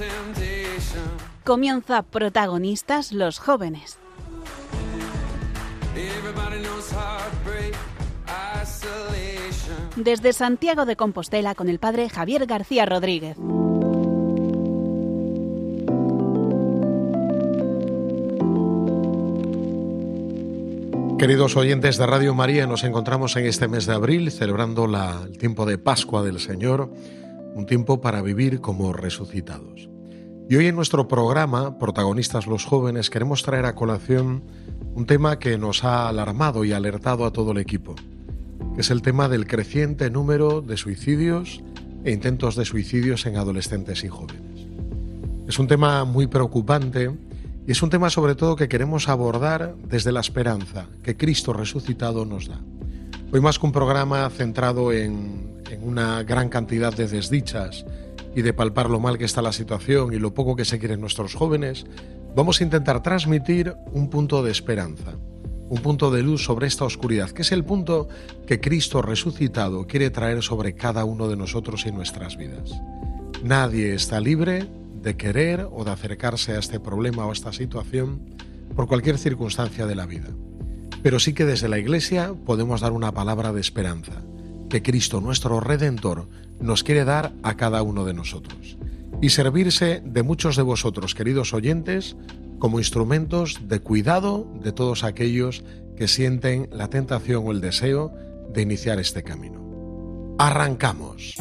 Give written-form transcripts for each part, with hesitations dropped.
Comienza Protagonistas los jóvenes. Desde Santiago de Compostela con el padre Javier García Rodríguez. Queridos oyentes de Radio María, nos encontramos en este mes de abril celebrando el tiempo de Pascua del Señor, un tiempo para vivir como resucitados. Y hoy en nuestro programa, Protagonistas los jóvenes, queremos traer a colación un tema que nos ha alarmado y alertado a todo el equipo, que es el tema del creciente número de suicidios e intentos de suicidios en adolescentes y jóvenes. Es un tema muy preocupante y es un tema sobre todo que queremos abordar desde la esperanza que Cristo resucitado nos da. Hoy más que un programa centrado en una gran cantidad de desdichas y de palpar lo mal que está la situación y lo poco que se quieren nuestros jóvenes, vamos a intentar transmitir un punto de esperanza, un punto de luz sobre esta oscuridad, que es el punto que Cristo resucitado quiere traer sobre cada uno de nosotros y nuestras vidas. Nadie está libre de querer o de acercarse a este problema o a esta situación por cualquier circunstancia de la vida. Pero sí que desde la Iglesia podemos dar una palabra de esperanza, que Cristo, nuestro Redentor, nos quiere dar a cada uno de nosotros. Y servirse de muchos de vosotros, queridos oyentes, como instrumentos de cuidado de todos aquellos que sienten la tentación o el deseo de iniciar este camino. ¡Arrancamos!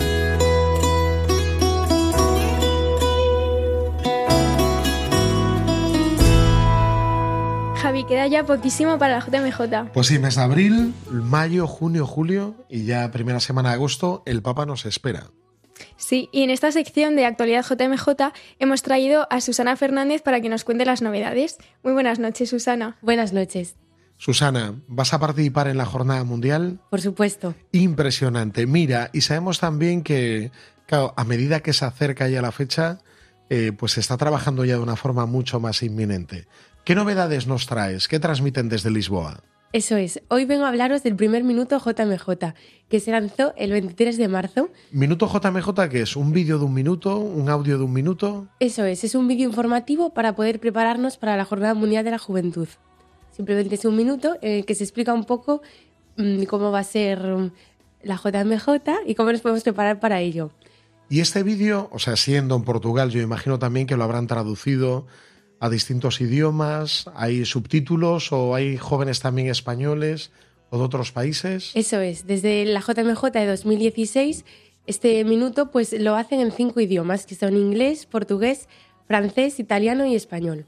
Javi, queda ya poquísimo para la JMJ. Pues sí, mes de abril, mayo, junio, julio y ya primera semana de agosto el Papa nos espera. Sí, y en esta sección de Actualidad JMJ hemos traído a Susana Fernández para que nos cuente las novedades. Muy buenas noches, Susana. Buenas noches. Susana, ¿vas a participar en la Jornada Mundial? Por supuesto. Impresionante. Mira, y sabemos también que, claro, a medida que se acerca ya la fecha, pues se está trabajando ya de una forma mucho más inminente. ¿Qué novedades nos traes? ¿Qué transmiten desde Lisboa? Eso es. Hoy vengo a hablaros del primer Minuto JMJ, que se lanzó el 23 de marzo. ¿Minuto JMJ qué es? ¿Un vídeo de un minuto? ¿Un audio de un minuto? Eso es un vídeo informativo para poder prepararnos para la Jornada Mundial de la Juventud. Simplemente es un minuto que se explica un poco cómo va a ser la JMJ y cómo nos podemos preparar para ello. Y este vídeo, o sea, siendo en Portugal, yo imagino también que lo habrán traducido a distintos idiomas, ¿hay subtítulos o hay jóvenes también españoles o de otros países? Eso es, desde la JMJ de 2016, este minuto pues lo hacen en 5 idiomas, que son inglés, portugués, francés, italiano y español.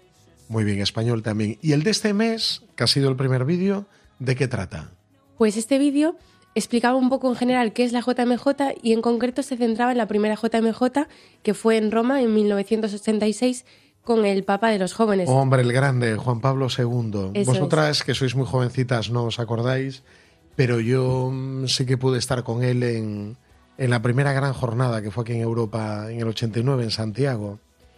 Muy bien, español también. ¿Y el de este mes, que ha sido el primer vídeo, de qué trata? Pues este vídeo explicaba un poco en general qué es la JMJ y en concreto se centraba en la primera JMJ, que fue en Roma en 1986, con el Papa de los jóvenes. Hombre, el grande, Juan Pablo II. Eso Vosotras, es. Que sois muy jovencitas, no os acordáis, pero yo sí que pude estar con él en la primera gran jornada que fue aquí en Europa en el 89, en Santiago,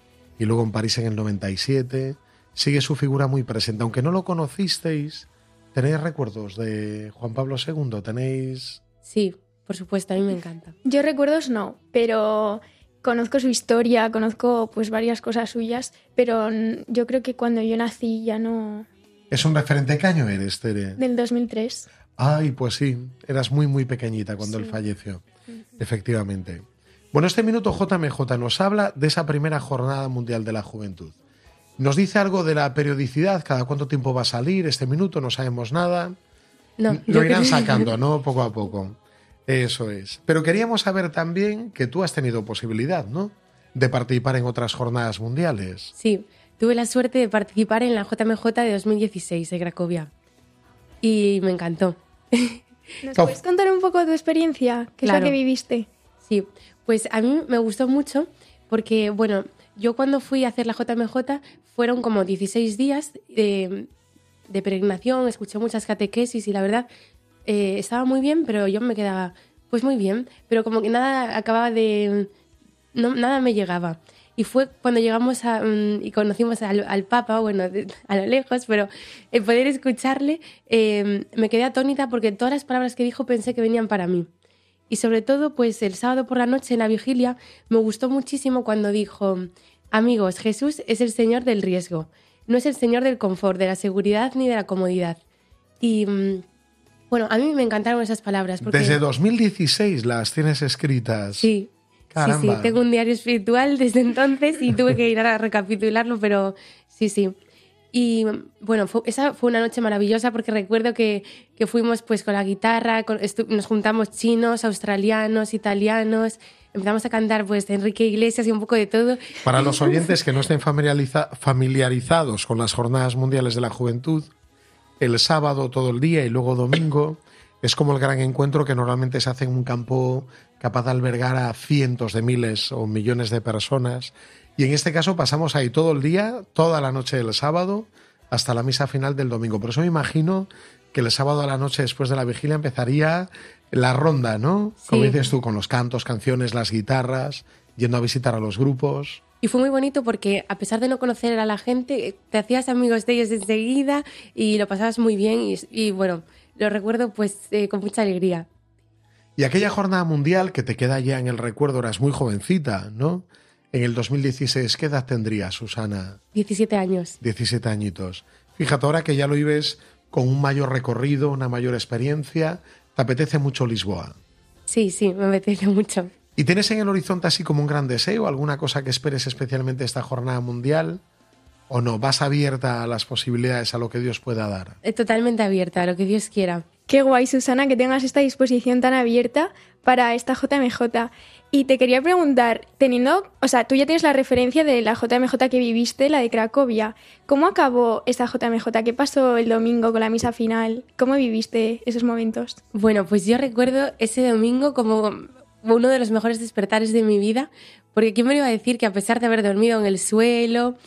y luego en París en el 97. Sigue su figura muy presente. Aunque no lo conocisteis, ¿tenéis recuerdos de Juan Pablo II? ¿Tenéis...? Sí, por supuesto, a mí me encanta. Yo recuerdos no, pero conozco su historia, conozco pues varias cosas suyas, pero yo creo que cuando yo nací ya no... ¿Es un referente? ¿Qué año eres, Tere? Del 2003. Ay, pues sí, eras muy muy pequeñita cuando él falleció, efectivamente. Bueno, este Minuto JMJ nos habla de esa primera Jornada Mundial de la Juventud. Nos dice algo de la periodicidad, cada cuánto tiempo va a salir este minuto, no sabemos nada. No, lo irán sacando, ¿no? Poco a poco. Eso es. Pero queríamos saber también que tú has tenido posibilidad, ¿no?, de participar en otras jornadas mundiales. Sí, tuve la suerte de participar en la JMJ de 2016 de Cracovia y me encantó. ¿Nos puedes contar un poco tu experiencia? ¿Qué es lo que viviste? Sí, pues a mí me gustó mucho porque, bueno, yo cuando fui a hacer la JMJ fueron como 16 días de peregrinación, escuché muchas catequesis y la verdad estaba muy bien, pero yo me quedaba pues muy bien, pero como que nada acababa de... nada me llegaba. Y fue cuando llegamos y conocimos al Papa, bueno, a lo lejos, pero poder escucharle me quedé atónita porque todas las palabras que dijo pensé que venían para mí. Y sobre todo, pues el sábado por la noche en la vigilia me gustó muchísimo cuando dijo: amigos, Jesús es el Señor del riesgo, no es el Señor del confort, de la seguridad ni de la comodidad. Y bueno, a mí me encantaron esas palabras. Porque... Desde 2016 las tienes escritas. Sí. Caramba. Sí, tengo un diario espiritual desde entonces y tuve que ir a recapitularlo, pero sí. Y bueno, esa fue una noche maravillosa porque recuerdo que fuimos pues con la guitarra, nos juntamos chinos, australianos, italianos, empezamos a cantar pues Enrique Iglesias y un poco de todo. Para los oyentes que no estén familiarizados con las Jornadas Mundiales de la Juventud, el sábado todo el día y luego domingo es como el gran encuentro que normalmente se hace en un campo capaz de albergar a cientos de miles o millones de personas. Y en este caso pasamos ahí todo el día, toda la noche del sábado, hasta la misa final del domingo. Por eso me imagino que el sábado a la noche después de la vigilia empezaría la ronda, ¿no? Sí. Como dices tú, con los cantos, canciones, las guitarras, yendo a visitar a los grupos. Y fue muy bonito porque a pesar de no conocer a la gente, te hacías amigos de ellos enseguida y lo pasabas muy bien y bueno, lo recuerdo pues con mucha alegría. Y aquella jornada mundial que te queda ya en el recuerdo, eras muy jovencita, ¿no? En el 2016, ¿qué edad tendrías, Susana? 17 años. 17 añitos. Fíjate, ahora que ya lo vives con un mayor recorrido, una mayor experiencia, ¿te apetece mucho Lisboa? Sí, me apetece mucho. ¿Y tienes en el horizonte así como un gran deseo, alguna cosa que esperes especialmente esta jornada mundial? ¿O no? ¿Vas abierta a las posibilidades, a lo que Dios pueda dar? Totalmente abierta, a lo que Dios quiera. Qué guay, Susana, que tengas esta disposición tan abierta para esta JMJ. Y te quería preguntar, tú ya tienes la referencia de la JMJ que viviste, la de Cracovia. ¿Cómo acabó esta JMJ? ¿Qué pasó el domingo con la misa final? ¿Cómo viviste esos momentos? Bueno, pues yo recuerdo ese domingo como uno de los mejores despertares de mi vida, porque ¿quién me iba a decir que a pesar de haber dormido en el suelo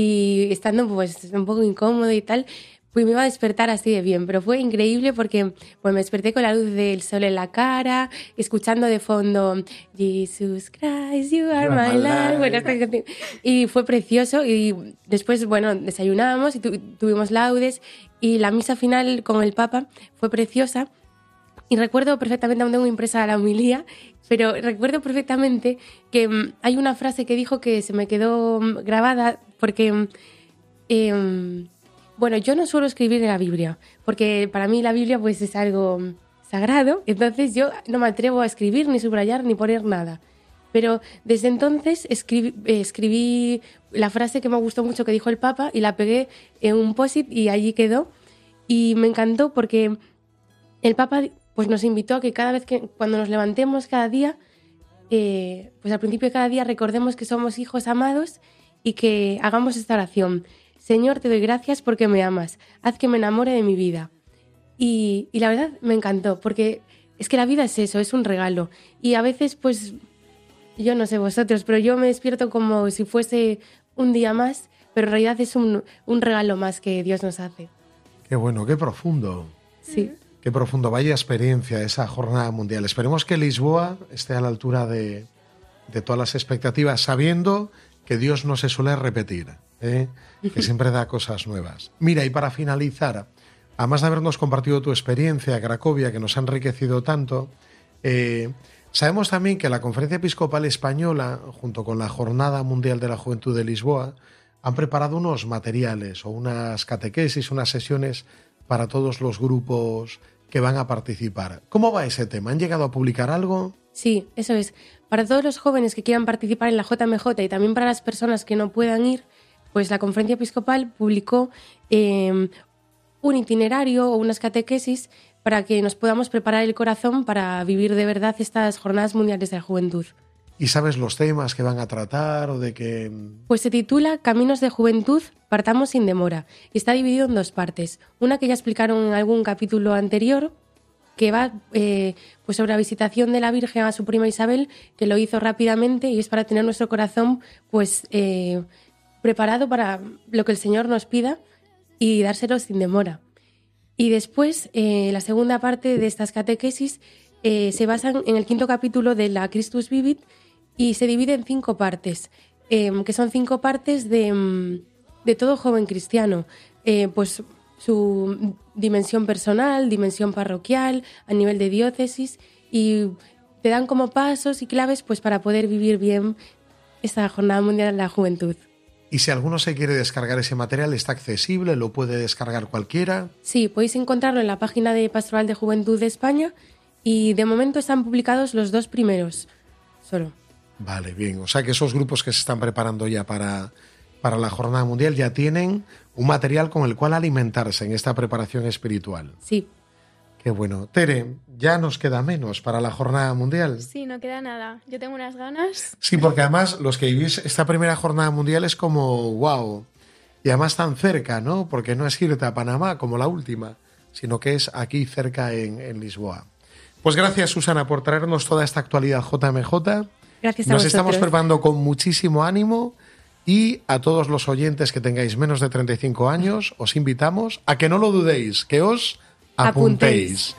y estando pues un poco incómodo y tal, pues me iba a despertar así de bien? Pero fue increíble porque pues me desperté con la luz del sol en la cara, escuchando de fondo Jesus Christ, you are my life. Bueno, y fue precioso. Y después, bueno, desayunábamos y tuvimos laudes y la misa final con el Papa fue preciosa. Y recuerdo perfectamente, aún tengo impresa la homilía, pero recuerdo perfectamente que hay una frase que dijo que se me quedó grabada porque... Bueno, yo no suelo escribir en la Biblia, porque para mí la Biblia pues es algo sagrado, entonces yo no me atrevo a escribir, ni subrayar, ni poner nada. Pero desde entonces escribí la frase que me gustó mucho que dijo el Papa y la pegué en un post-it y allí quedó. Y me encantó porque el Papa pues nos invitó a que cuando nos levantemos cada día, pues al principio de cada día recordemos que somos hijos amados y que hagamos esta oración. Señor, te doy gracias porque me amas. Haz que me enamore de mi vida. Y la verdad me encantó, porque es que la vida es eso, es un regalo. Y a veces, pues, yo no sé vosotros, pero yo me despierto como si fuese un día más, pero en realidad es un regalo más que Dios nos hace. Qué bueno, qué profundo. Sí. Qué profundo, vaya experiencia esa jornada mundial. Esperemos que Lisboa esté a la altura de todas las expectativas, sabiendo que Dios no se suele repetir, que siempre da cosas nuevas. Mira, y para finalizar, además de habernos compartido tu experiencia, Cracovia, que nos ha enriquecido tanto, sabemos también que la Conferencia Episcopal Española, junto con la Jornada Mundial de la Juventud de Lisboa, han preparado unos materiales o unas catequesis, unas sesiones para todos los grupos que van a participar. ¿Cómo va ese tema? ¿Han llegado a publicar algo? Sí, eso es. Para todos los jóvenes que quieran participar en la JMJ y también para las personas que no puedan ir, pues la Conferencia Episcopal publicó un itinerario o unas catequesis para que nos podamos preparar el corazón para vivir de verdad estas Jornadas Mundiales de la Juventud. ¿Y sabes los temas que van a tratar o de qué? Pues se titula Caminos de Juventud, partamos sin demora y está dividido en dos partes. Una que ya explicaron en algún capítulo anterior, que va pues sobre la visitación de la Virgen a su prima Isabel, que lo hizo rápidamente y es para tener nuestro corazón pues preparado para lo que el Señor nos pida y dárselo sin demora. Y después, la segunda parte de estas catequesis se basan en el 5º capítulo de la Christus Vivit y se divide en 5 partes, que son 5 partes de todo joven cristiano, pues su dimensión personal, dimensión parroquial, a nivel de diócesis y te dan como pasos y claves pues para poder vivir bien esta Jornada Mundial de la Juventud. Y si alguno se quiere descargar ese material, ¿está accesible? ¿Lo puede descargar cualquiera? Sí, podéis encontrarlo en la página de Pastoral de Juventud de España y de momento están publicados los 2 primeros solo. Vale, bien. O sea que esos grupos que se están preparando ya para la Jornada Mundial ya tienen un material con el cual alimentarse en esta preparación espiritual. Sí. Qué bueno. Tere, ya nos queda menos para la Jornada Mundial. Sí, no queda nada. Yo tengo unas ganas. Sí, porque además los que vivís esta primera Jornada Mundial es como wow. Y además tan cerca, ¿no? Porque no es irte a Panamá como la última, sino que es aquí cerca en Lisboa. Pues gracias, Susana, por traernos toda esta actualidad JMJ. Gracias a Nos vosotros. estamos preparando con muchísimo ánimo y a todos los oyentes que tengáis menos de 35 años os invitamos a que no lo dudéis, que os apuntéis.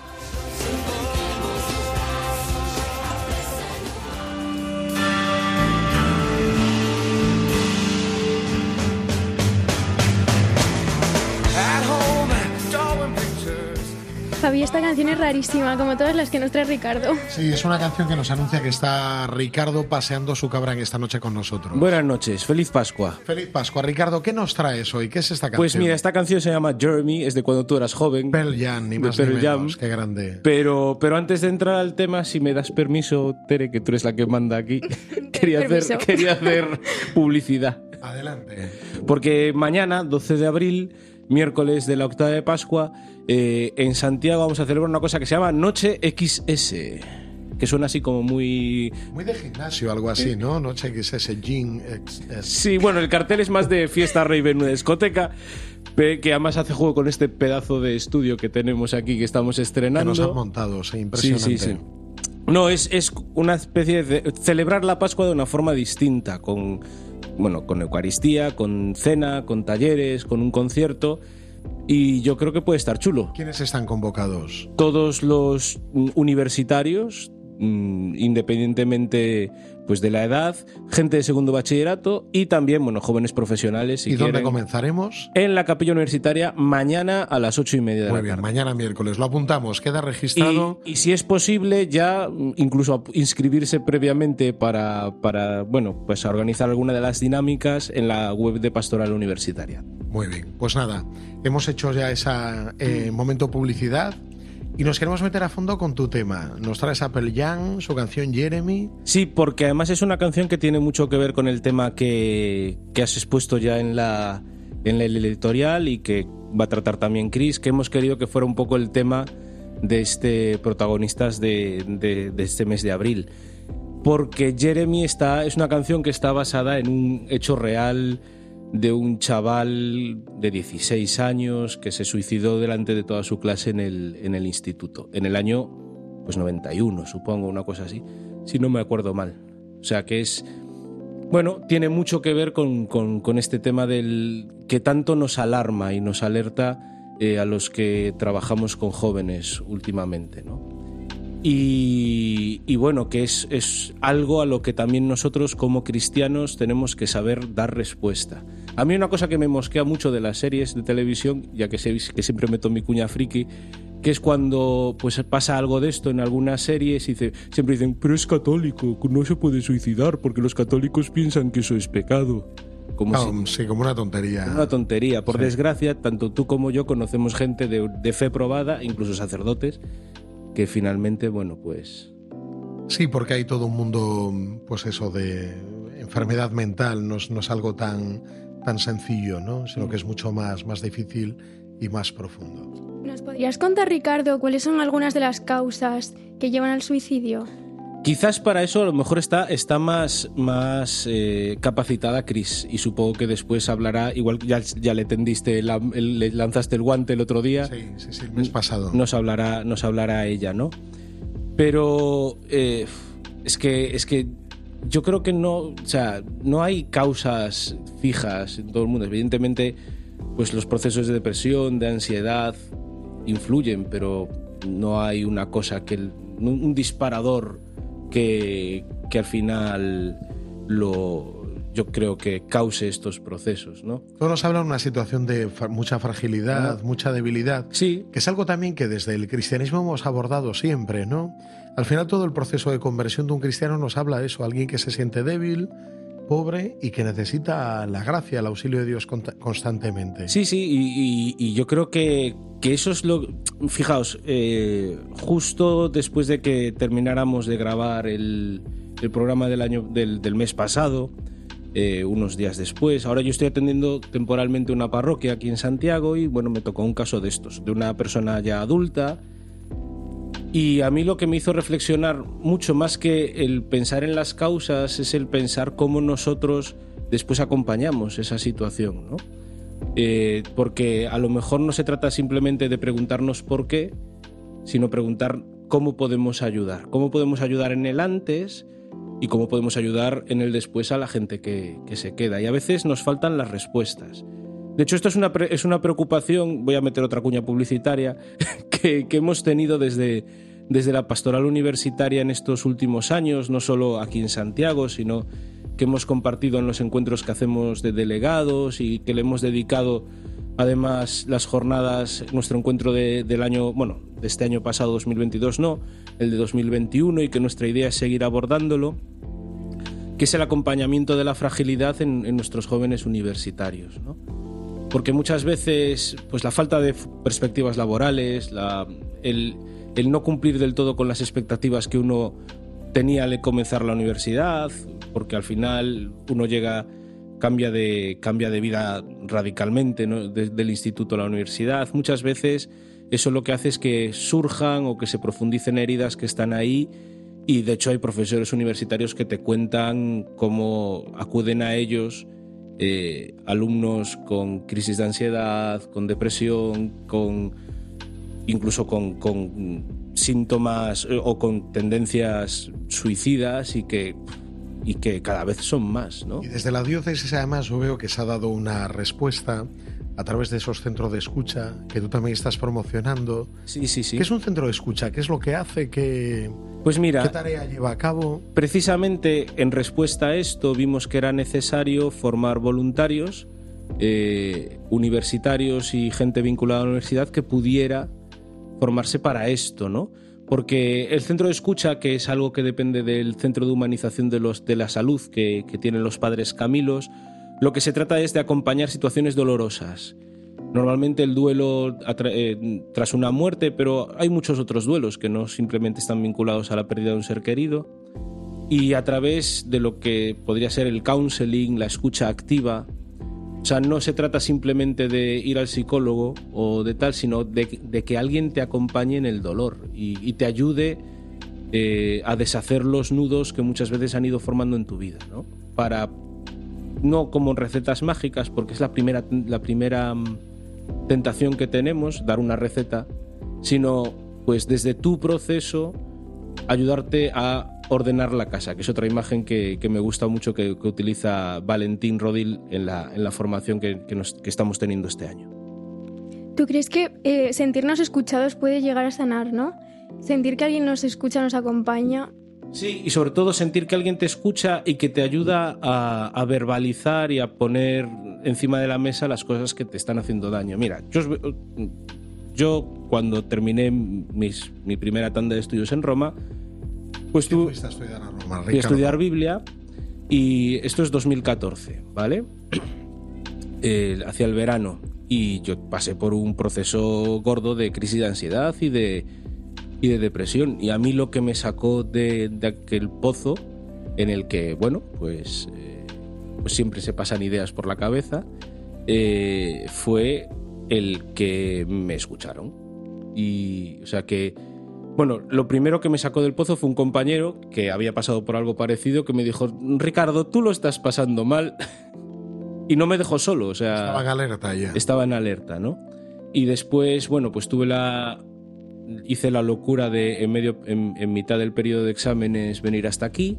Javi, esta canción es rarísima, como todas las que nos trae Ricardo. Sí, es una canción que nos anuncia que está Ricardo paseando su cabra esta noche con nosotros. Buenas noches, feliz Pascua. Feliz Pascua. Ricardo, ¿qué nos traes hoy? ¿Qué es esta canción? Pues mira, esta canción se llama Jeremy, es de cuando tú eras joven. Pearl Jam, ni más Pearl ni Jam. menos. Qué grande. Pero antes de entrar al tema, si me das permiso, Tere, que tú eres la que manda aquí, quería hacer publicidad. Adelante. Porque mañana, 12 de abril, miércoles de la octava de Pascua, en Santiago vamos a celebrar una cosa que se llama Noche XS, que suena así como muy... Muy de gimnasio, algo así, ¿no? Noche XS, Gym XS. Sí, bueno, el cartel es más de fiesta rave en una discoteca, que además hace juego con este pedazo de estudio que tenemos aquí, que estamos estrenando. Que nos han montado, sí, impresionante. Sí. No, es una especie de celebrar la Pascua de una forma distinta, con Eucaristía, con cena, con talleres, con un concierto, y yo creo que puede estar chulo. ¿Quiénes están convocados? Todos los universitarios, independientemente pues de la edad, gente de segundo bachillerato y también, jóvenes profesionales. Si ¿Y dónde quieren, comenzaremos? en la Capilla Universitaria mañana a las 8:30 de la tarde. Muy bien, mañana miércoles. Lo apuntamos, queda registrado. Y si es posible, ya incluso inscribirse previamente para pues organizar alguna de las dinámicas en la web de Pastoral Universitaria. Muy bien, pues nada, hemos hecho ya ese momento publicidad y nos queremos meter a fondo con tu tema. Nos traes a Pearl Jam, su canción Jeremy. Sí, porque además es una canción que tiene mucho que ver con el tema que has expuesto ya en el editorial y que va a tratar también Chris, que hemos querido que fuera un poco el tema de protagonistas de este mes de abril. Porque Jeremy es una canción que está basada en un hecho real de un chaval de 16 años que se suicidó delante de toda su clase en el instituto, en el año 91, supongo, una cosa así, si no me acuerdo mal. O sea que tiene mucho que ver con este tema del que tanto nos alarma y nos alerta a los que trabajamos con jóvenes últimamente, ¿no? Y que es algo a lo que también nosotros como cristianos tenemos que saber dar respuesta. A mí una cosa que me mosquea mucho de las series de televisión, ya que siempre meto mi cuña friki, que es cuando pues pasa algo de esto en algunas series y siempre dicen, pero es católico, no se puede suicidar porque los católicos piensan que eso es pecado. Como una tontería. Una tontería. Por desgracia, tanto tú como yo conocemos gente de fe probada, incluso sacerdotes, que finalmente, Sí, porque hay todo un mundo, de enfermedad mental, no es algo tan sencillo, ¿no? Sino que es mucho más difícil y más profundo. ¿Nos podrías contar, Ricardo, cuáles son algunas de las causas que llevan al suicidio? Quizás para eso a lo mejor está más capacitada Chris, y supongo que después hablará, igual ya le tendiste, le lanzaste el guante el otro día. Sí, el mes pasado. Nos hablará ella, ¿no? Pero es que yo creo que no hay causas fijas en todo el mundo. Evidentemente, pues los procesos de depresión, de ansiedad influyen, pero no hay una cosa un disparador que al final yo creo que cause estos procesos, ¿no? Todo nos habla de una situación de mucha fragilidad, mucha debilidad, Sí. que es algo también que desde el cristianismo hemos abordado siempre, ¿no? Al final todo el proceso de conversión de un cristiano nos habla de eso, alguien que se siente débil, pobre y que necesita la gracia, el auxilio de Dios constantemente. Sí, y yo creo que eso es lo... Fijaos, justo después de que termináramos de grabar el programa del mes pasado, unos días después, ahora yo estoy atendiendo temporalmente una parroquia aquí en Santiago y bueno, me tocó un caso de estos, de una persona ya adulta. Y a mí lo que me hizo reflexionar mucho más que el pensar en las causas es el pensar cómo nosotros después acompañamos esa situación, ¿no? Porque a lo mejor no se trata simplemente de preguntarnos por qué, sino preguntar cómo podemos ayudar en el antes y cómo podemos ayudar en el después a la gente que se queda. Y a veces nos faltan las respuestas. De hecho, esto es una preocupación, voy a meter otra cuña publicitaria, que hemos tenido desde la pastoral universitaria en estos últimos años, no solo aquí en Santiago, sino que hemos compartido en los encuentros que hacemos de delegados y que le hemos dedicado además las jornadas, nuestro encuentro del año, bueno, de este año pasado, 2022 no, el de 2021, y que nuestra idea es seguir abordándolo, que es el acompañamiento de la fragilidad en nuestros jóvenes universitarios, ¿no? Porque muchas veces pues la falta de perspectivas laborales, el no cumplir del todo con las expectativas que uno tenía al comenzar la universidad, porque al final uno cambia de vida radicalmente, ¿no? Desde el instituto a la universidad. Muchas veces eso lo que hace es que surjan o que se profundicen heridas que están ahí, y de hecho hay profesores universitarios que te cuentan cómo acuden a ellos alumnos con crisis de ansiedad, con depresión, incluso con síntomas o con tendencias suicidas y que cada vez son más, ¿no? Y desde la diócesis además yo veo que se ha dado una respuesta a través de esos centros de escucha que tú también estás promocionando. Sí. ¿Qué es un centro de escucha? ¿Qué es lo que hace? Pues mira, ¿qué tarea lleva a cabo? Precisamente en respuesta a esto vimos que era necesario formar voluntarios universitarios y gente vinculada a la universidad que pudiera formarse para esto, ¿no? Porque el centro de escucha, que es algo que depende del Centro de Humanización de la Salud que tienen los Padres Camilos, lo que se trata es de acompañar situaciones dolorosas. Normalmente el duelo tras una muerte, pero hay muchos otros duelos que no simplemente están vinculados a la pérdida de un ser querido. Y a través de lo que podría ser el counseling, la escucha activa, o sea, no se trata simplemente de ir al psicólogo o de tal, sino de que alguien te acompañe en el dolor y te ayude a deshacer los nudos que muchas veces han ido formando en tu vida, ¿no? No como recetas mágicas, porque es la primera tentación que tenemos, dar una receta, sino pues desde tu proceso ayudarte a ordenar la casa, que es otra imagen que me gusta mucho que utiliza Valentín Rodil en la formación que estamos teniendo este año. ¿Tú crees que sentirnos escuchados puede llegar a sanar, no? Sentir que alguien nos escucha, nos acompaña. Sí, y sobre todo sentir que alguien te escucha y que te ayuda a verbalizar y a poner encima de la mesa las cosas que te están haciendo daño. Mira, yo cuando terminé mi primera tanda de estudios en Roma, pues tú fuiste a estudiar a Roma, Ricardo. Fui a estudiar Biblia, y esto es 2014, ¿vale? Hacia el verano, y yo pasé por un proceso gordo de crisis de ansiedad y de depresión, y a mí lo que me sacó de aquel pozo en el que, bueno, pues siempre se pasan ideas por la cabeza, fue el que me escucharon. Y, o sea que, bueno, lo primero que me sacó del pozo fue un compañero que había pasado por algo parecido, que me dijo: Ricardo, tú lo estás pasando mal. Y no me dejó solo, o sea... Estaba en alerta ya. Estaba en alerta, ¿no? Y después, bueno, pues hice la locura de en mitad del periodo de exámenes venir hasta aquí,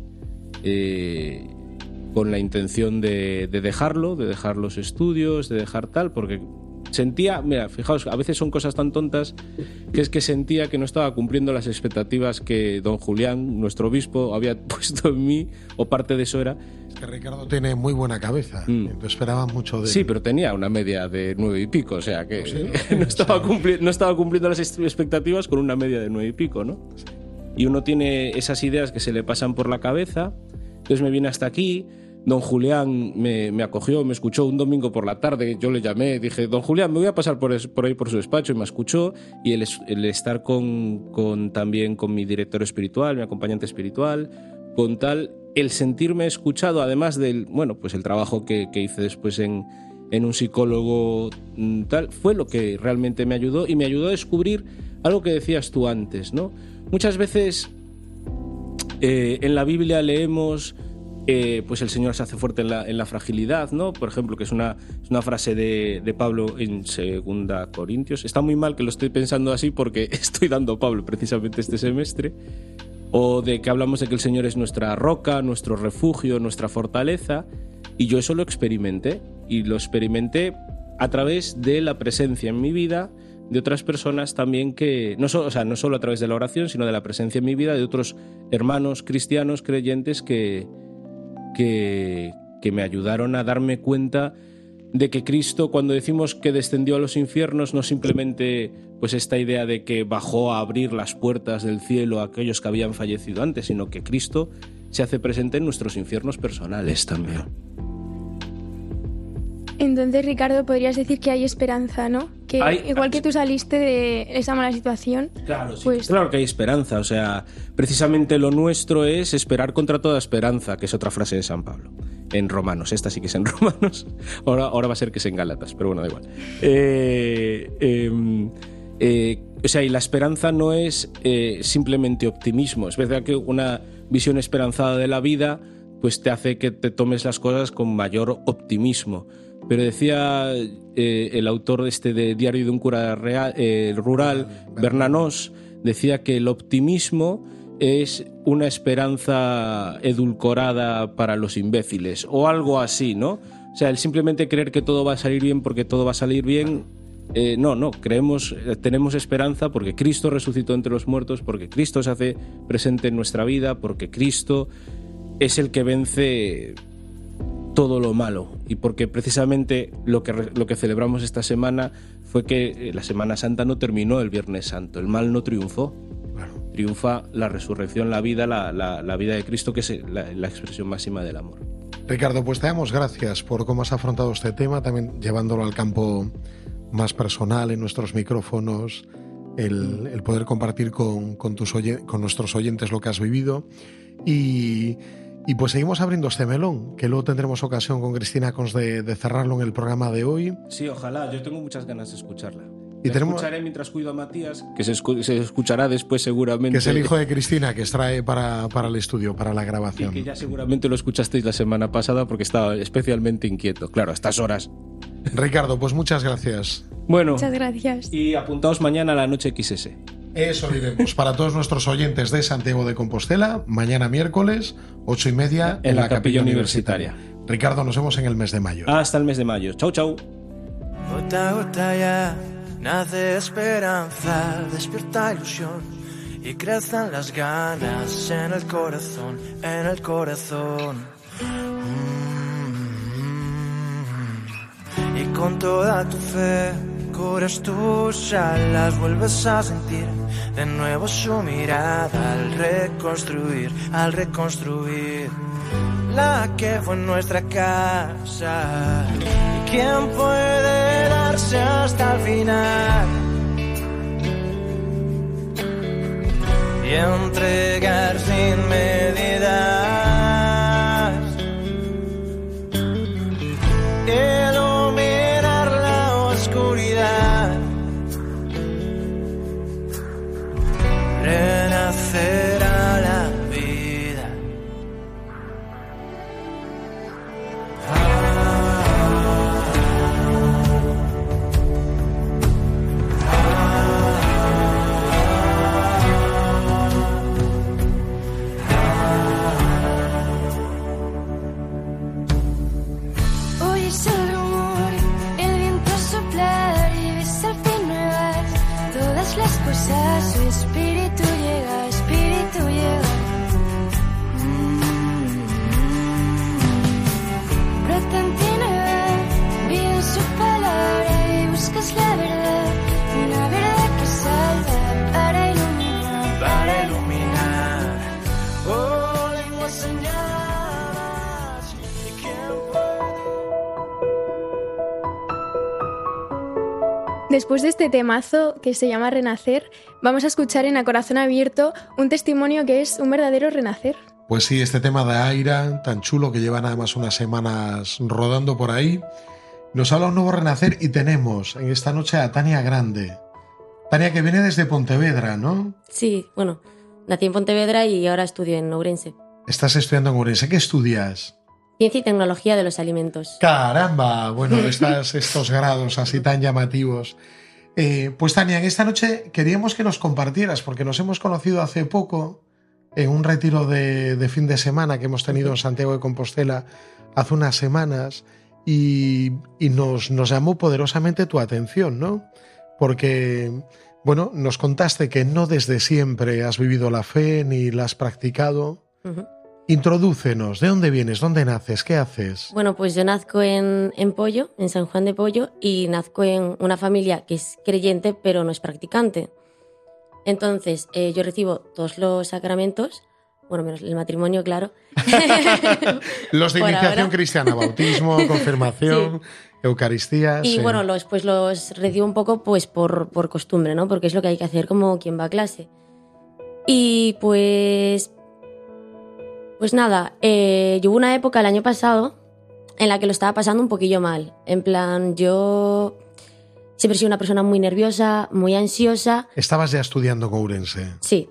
con la intención de dejar los estudios, de dejar tal, porque sentía, mira, fijaos, a veces son cosas tan tontas, que es que sentía que no estaba cumpliendo las expectativas que don Julián, nuestro obispo, había puesto en mí, o parte de eso era, Que Ricardo tiene muy buena cabeza. Entonces esperaba mucho de él. Sí, pero tenía una media de 9 y pico, o sea que ¿Sí? no estaba cumpliendo las expectativas con una media de 9 y pico, ¿no? Sí. Y uno tiene esas ideas que se le pasan por la cabeza. Entonces me vine hasta aquí. Don Julián me acogió, me escuchó un domingo por la tarde. Yo le llamé, dije, don Julián, me voy a pasar por ahí por su despacho, y me escuchó. Y el estar también con mi director espiritual, mi acompañante espiritual, con tal, el sentirme escuchado, además del, pues el trabajo que hice después en un psicólogo tal, fue lo que realmente me ayudó, y me ayudó a descubrir algo que decías tú antes, ¿no? Muchas veces en la Biblia leemos pues el Señor se hace fuerte en la fragilidad, ¿no? Por ejemplo, que es una frase de Pablo en 2 Corintios. Está muy mal que lo estoy pensando así porque estoy dando Pablo precisamente este semestre. O de que hablamos de que el Señor es nuestra roca, nuestro refugio, nuestra fortaleza. Y yo eso lo experimenté. Y lo experimenté a través de la presencia en mi vida de otras personas también que... no solo a través de la oración, sino de la presencia en mi vida de otros hermanos cristianos, creyentes que me ayudaron a darme cuenta de que Cristo, cuando decimos que descendió a los infiernos, no simplemente pues esta idea de que bajó a abrir las puertas del cielo a aquellos que habían fallecido antes, sino que Cristo se hace presente en nuestros infiernos personales también. Entonces, Ricardo, podrías decir que hay esperanza, ¿no? Que igual que tú saliste de esa mala situación... Claro, sí, pues... claro que hay esperanza. O sea, precisamente lo nuestro es esperar contra toda esperanza, que es otra frase de San Pablo, en Romanos. Esta sí que es en Romanos. Ahora va a ser que es en Gálatas, pero bueno, da igual. O sea, y la esperanza no es simplemente optimismo. Es verdad que una visión esperanzada de la vida pues te hace que te tomes las cosas con mayor optimismo. Pero decía el autor de Diario de un cura rural, Bernanos, decía que el optimismo es una esperanza edulcorada para los imbéciles, o algo así, ¿no? O sea, el simplemente creer que todo va a salir bien porque todo va a salir bien, no, tenemos esperanza porque Cristo resucitó entre los muertos, porque Cristo se hace presente en nuestra vida, porque Cristo es el que vence todo lo malo, y porque precisamente lo que celebramos esta semana fue que la Semana Santa no terminó el Viernes Santo, el mal no triunfó. Claro. Triunfa la resurrección, la vida, la vida de Cristo, que es la expresión máxima del amor. Ricardo, pues te damos gracias por cómo has afrontado este tema, también llevándolo al campo más personal en nuestros micrófonos, el poder compartir con nuestros oyentes lo que has vivido. Y pues seguimos abriendo este melón, que luego tendremos ocasión con Cristina Cons de cerrarlo en el programa de hoy. Sí, ojalá, yo tengo muchas ganas de escucharla. Y escucharé mientras cuido a Matías, que se escuchará después seguramente. Que es el hijo de Cristina, que extrae para el estudio, para la grabación. Y que ya seguramente lo escuchasteis la semana pasada porque estaba especialmente inquieto. Claro, a estas horas. Ricardo, pues muchas gracias. Bueno, muchas gracias. Y apuntaos mañana a la noche XS. Eso diremos. Para todos nuestros oyentes de Santiago de Compostela, mañana miércoles, 8:30 en la Capilla Universitaria. Ricardo, nos vemos en el mes de mayo. Hasta el mes de mayo. Chau, chau. Gota a gota ya nace esperanza, despierta ilusión y crecen las ganas en el corazón, en el corazón. Y con toda tu fe curas tus alas, vuelves a sentir de nuevo su mirada al reconstruir la que fue nuestra casa. ¿Y quién puede darse hasta el final y entregar sin medidas? Iluminar la oscuridad, renacer a la vida. Oyes el rumor, el viento soplar y ves al fin nuevas todas las cosas. Su espíritu llega, espíritu llega. Después de este temazo que se llama Renacer, vamos a escuchar en A Corazón Abierto un testimonio que es un verdadero renacer. Pues sí, este tema de Aira, tan chulo, que lleva nada más unas semanas rodando por ahí, nos habla un nuevo renacer y tenemos en esta noche a Tania Grande. Tania, que viene desde Pontevedra, ¿no? Sí, bueno, nací en Pontevedra y ahora estudio en Ourense. Estás estudiando en Ourense. ¿Qué estudias? Ciencia y tecnología de los alimentos. ¡Caramba! Bueno, estos grados así tan llamativos. Pues Tania, en esta noche queríamos que nos compartieras, porque nos hemos conocido hace poco en un retiro de fin de semana que hemos tenido en Santiago de Compostela hace unas semanas y nos llamó poderosamente tu atención, ¿no? Porque, bueno, nos contaste que no desde siempre has vivido la fe ni la has practicado. Uh-huh. Introdúcenos, ¿de dónde vienes? ¿Dónde naces? ¿Qué haces? Bueno, pues yo nazco en Pollo, en San Juan de Pollo, y nazco en una familia que es creyente pero no es practicante. Entonces, yo recibo todos los sacramentos, bueno, menos el matrimonio, claro. Los de iniciación cristiana, bautismo, confirmación, sí. Eucaristía. Y sí. bueno, los recibo un poco pues por costumbre, ¿no? Porque es lo que hay que hacer como quien va a clase. Y pues nada, hubo una época el año pasado en la que lo estaba pasando un poquillo mal. En plan, yo siempre he sido una persona muy nerviosa, muy ansiosa. ¿Estabas ya estudiando en Ourense? Sí.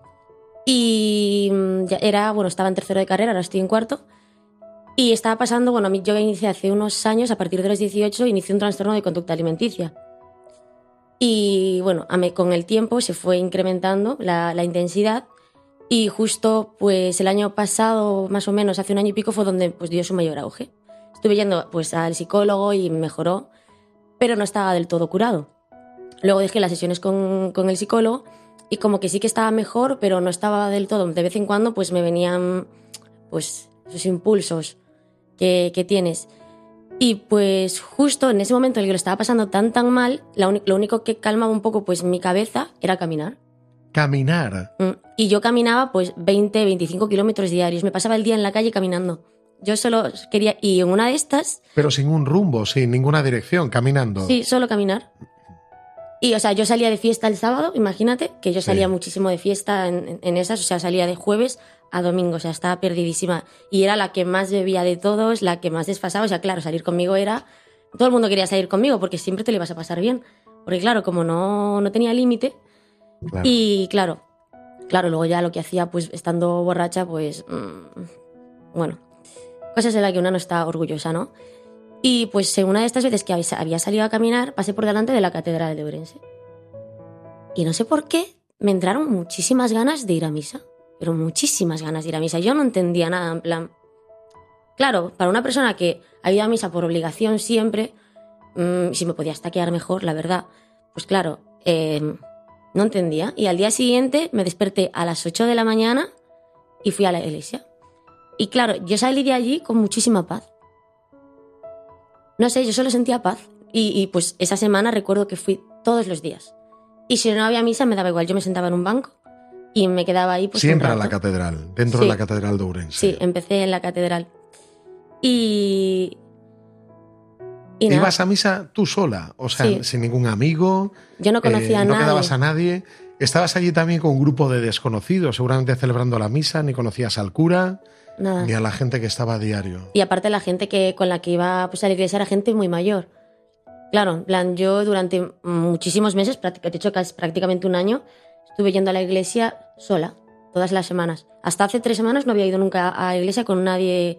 Y estaba en tercero de carrera, ahora estoy en cuarto. Y estaba pasando, bueno, yo inicié hace unos años, a partir de los 18, inicié un trastorno de conducta alimenticia. Y bueno, con el tiempo se fue incrementando la intensidad. Y justo pues el año pasado, más o menos, hace un año y pico, fue donde pues dio su mayor auge. Estuve yendo pues al psicólogo y mejoró, pero no estaba del todo curado. Luego dejé las sesiones con el psicólogo y como que sí que estaba mejor, pero no estaba del todo. De vez en cuando pues me venían pues esos impulsos que tienes. Y pues justo en ese momento en el que lo estaba pasando tan mal, lo único que calmaba un poco pues mi cabeza era caminar. Caminar. Y yo caminaba pues 20-25 kilómetros diarios. Me pasaba el día en la calle caminando. Yo solo quería... Y en una de estas... Pero sin un rumbo, sin ninguna dirección, caminando. Sí, solo caminar. Y, o sea, yo salía de fiesta el sábado, imagínate, que yo salía muchísimo de fiesta en esas. O sea, salía de jueves a domingo, o sea, estaba perdidísima. Y era la que más bebía de todos, la que más desfasaba. O sea, claro, salir conmigo era... Todo el mundo quería salir conmigo porque siempre te lo ibas a pasar bien. Porque, claro, como no tenía límite... Claro. Y claro, luego ya lo que hacía, pues estando borracha, pues, bueno, cosas de las que una no está orgullosa, ¿no? Y pues en una de estas veces que había salido a caminar, pasé por delante de la catedral de Ourense. Y no sé por qué, me entraron muchísimas ganas de ir a misa, pero muchísimas ganas de ir a misa. Yo no entendía nada, en plan... Claro, para una persona que ha ido a misa por obligación siempre, si me podía estaquear mejor, la verdad, pues claro... No entendía. Y al día siguiente me desperté a las 8 de la mañana y fui a la iglesia. Y claro, yo salí de allí con muchísima paz. No sé, yo solo sentía paz. Y pues esa semana recuerdo que fui todos los días. Y si no había misa me daba igual. Yo me sentaba en un banco y me quedaba ahí. Pues, siempre a la catedral, dentro de la catedral de Ourense. Sí, empecé en la catedral. Y ¿ibas a misa tú sola? O sea, sin ningún amigo. Yo no conocía a nadie. No quedabas a nadie. Estabas allí también con un grupo de desconocidos, seguramente celebrando la misa. Ni conocías al cura, nada. Ni a la gente que estaba a diario. Y aparte la gente con la que iba pues, a la iglesia era gente muy mayor. Claro, en plan, yo durante muchísimos meses, de hecho casi prácticamente un año, estuve yendo a la iglesia sola, todas las semanas. Hasta hace 3 semanas no había ido nunca a la iglesia con nadie.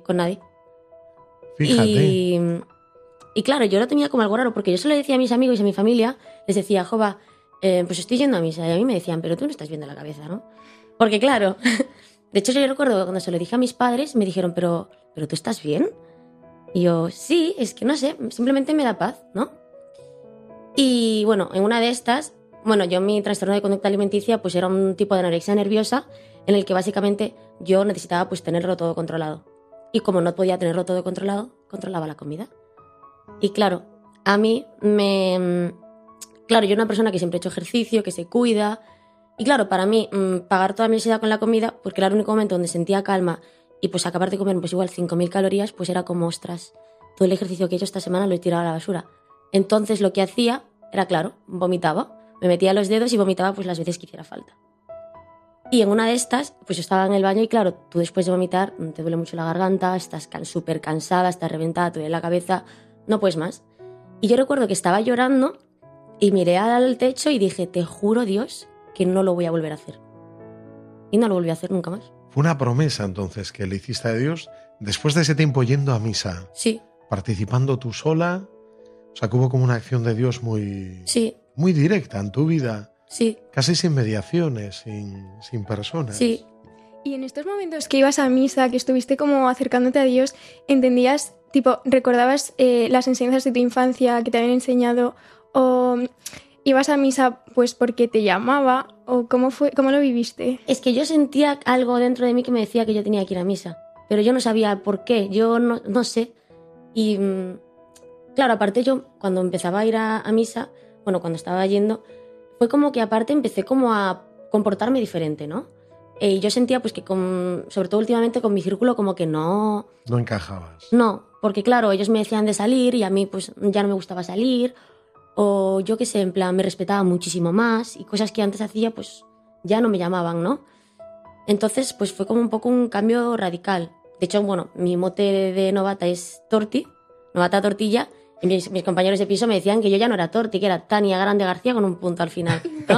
Fíjate. Y claro, yo lo tenía como algo raro, porque yo solo decía a mis amigos y a mi familia, les decía, jova, pues estoy yendo a misa. Y a mí me decían, pero tú no estás viendo la cabeza, ¿no? Porque claro, de hecho yo recuerdo cuando se lo dije a mis padres, me dijeron, pero ¿tú estás bien? Y yo, sí, es que no sé, simplemente me da paz, ¿no? Y bueno, en una de estas, yo mi trastorno de conducta alimenticia pues era un tipo de anorexia nerviosa en el que básicamente yo necesitaba pues tenerlo todo controlado. Y como no podía tenerlo todo controlado, controlaba la comida. Y claro, a mí Claro, yo una persona que siempre he hecho ejercicio, que se cuida... Y claro, para mí, pagar toda mi ansiedad con la comida, porque era el único momento donde sentía calma y pues acabar de comer pues igual 5.000 calorías, pues era como, ostras, todo el ejercicio que he hecho esta semana lo he tirado a la basura. Entonces lo que hacía era claro, vomitaba. Me metía los dedos y vomitaba pues las veces que hiciera falta. Y en una de estas, pues yo estaba en el baño y claro, tú después de vomitar te duele mucho la garganta, estás súper cansada, estás reventada, te duele la cabeza, no puedes más. Y yo recuerdo que estaba llorando y miré al techo y dije, te juro Dios que no lo voy a volver a hacer. Y no lo volví a hacer nunca más. Fue una promesa entonces que le hiciste a Dios después de ese tiempo yendo a misa. Sí. Participando tú sola. O sea, que hubo como una acción de Dios muy directa en tu vida. Sí. Casi sin mediaciones, sin personas. Sí. Y en estos momentos que ibas a misa, que estuviste como acercándote a Dios, ¿entendías, tipo, recordabas las enseñanzas de tu infancia que te habían enseñado o ibas a misa pues porque te llamaba o cómo lo viviste? Es que yo sentía algo dentro de mí que me decía que yo tenía que ir a misa, pero yo no sabía por qué, yo no sé. Y claro, aparte yo cuando empezaba a ir a misa, bueno, cuando estaba yendo, fue como que aparte empecé como a comportarme diferente, ¿no? Y yo sentía pues que sobre todo últimamente con mi círculo como que no... No encajabas. No, porque claro, ellos me decían de salir y a mí pues ya no me gustaba salir, o yo qué sé, en plan me respetaba muchísimo más y cosas que antes hacía pues ya no me llamaban, ¿no? Entonces pues fue como un poco un cambio radical. De hecho, bueno, mi mote de novata es Torti, novata tortilla, y mis compañeros de piso me decían que yo ya no era Torti, que era Tania Grande García con un punto al final, ¿no?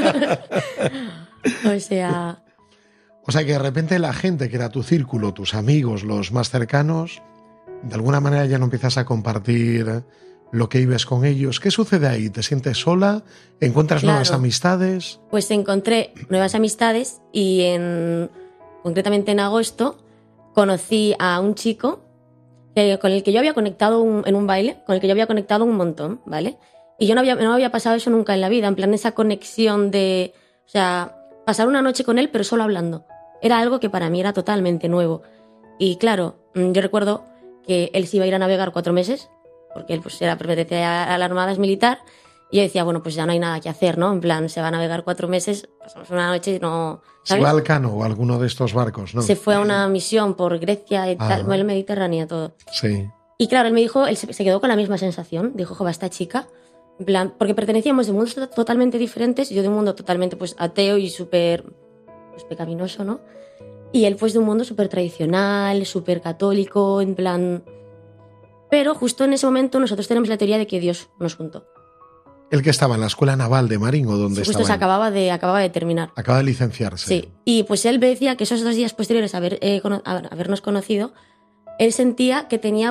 O sea que de repente la gente que era tu círculo, tus amigos, los más cercanos, de alguna manera ya no empiezas a compartir lo que vives con ellos. ¿Qué sucede ahí? ¿Te sientes sola? ¿Encuentras nuevas amistades? Pues encontré nuevas amistades y concretamente en agosto conocí a un chico con el que yo había conectado en un baile, con el que yo había conectado un montón, ¿vale? Y yo no había pasado eso nunca en la vida, en plan esa conexión de, o sea, pasar una noche con él pero solo hablando. Era algo que para mí era totalmente nuevo. Y claro, yo recuerdo que él se iba a ir a navegar 4 meses, porque él pues pertenecía a la Armada, es militar, y yo decía, bueno, pues ya no hay nada que hacer, ¿no? En plan, se va a navegar 4 meses, pasamos una noche y no... ¿sabes? Se va al Cano o a alguno de estos barcos, ¿no? Se fue a una misión por Grecia y tal, el Mediterráneo, todo. Sí. Y claro, él me dijo, él se quedó con la misma sensación, dijo, jova, esta chica, en plan, porque pertenecíamos de mundos totalmente diferentes, yo de un mundo totalmente pues ateo y súper pues, pecaminoso, ¿no? Y él pues de un mundo súper tradicional, súper católico, en plan... Pero justo en ese momento nosotros tenemos la teoría de que Dios nos juntó. El que estaba en la Escuela Naval de Marín o donde justo estaba. Acababa de terminar. Acaba de licenciarse. Sí, y pues él me decía que esos 2 días posteriores a habernos conocido, él sentía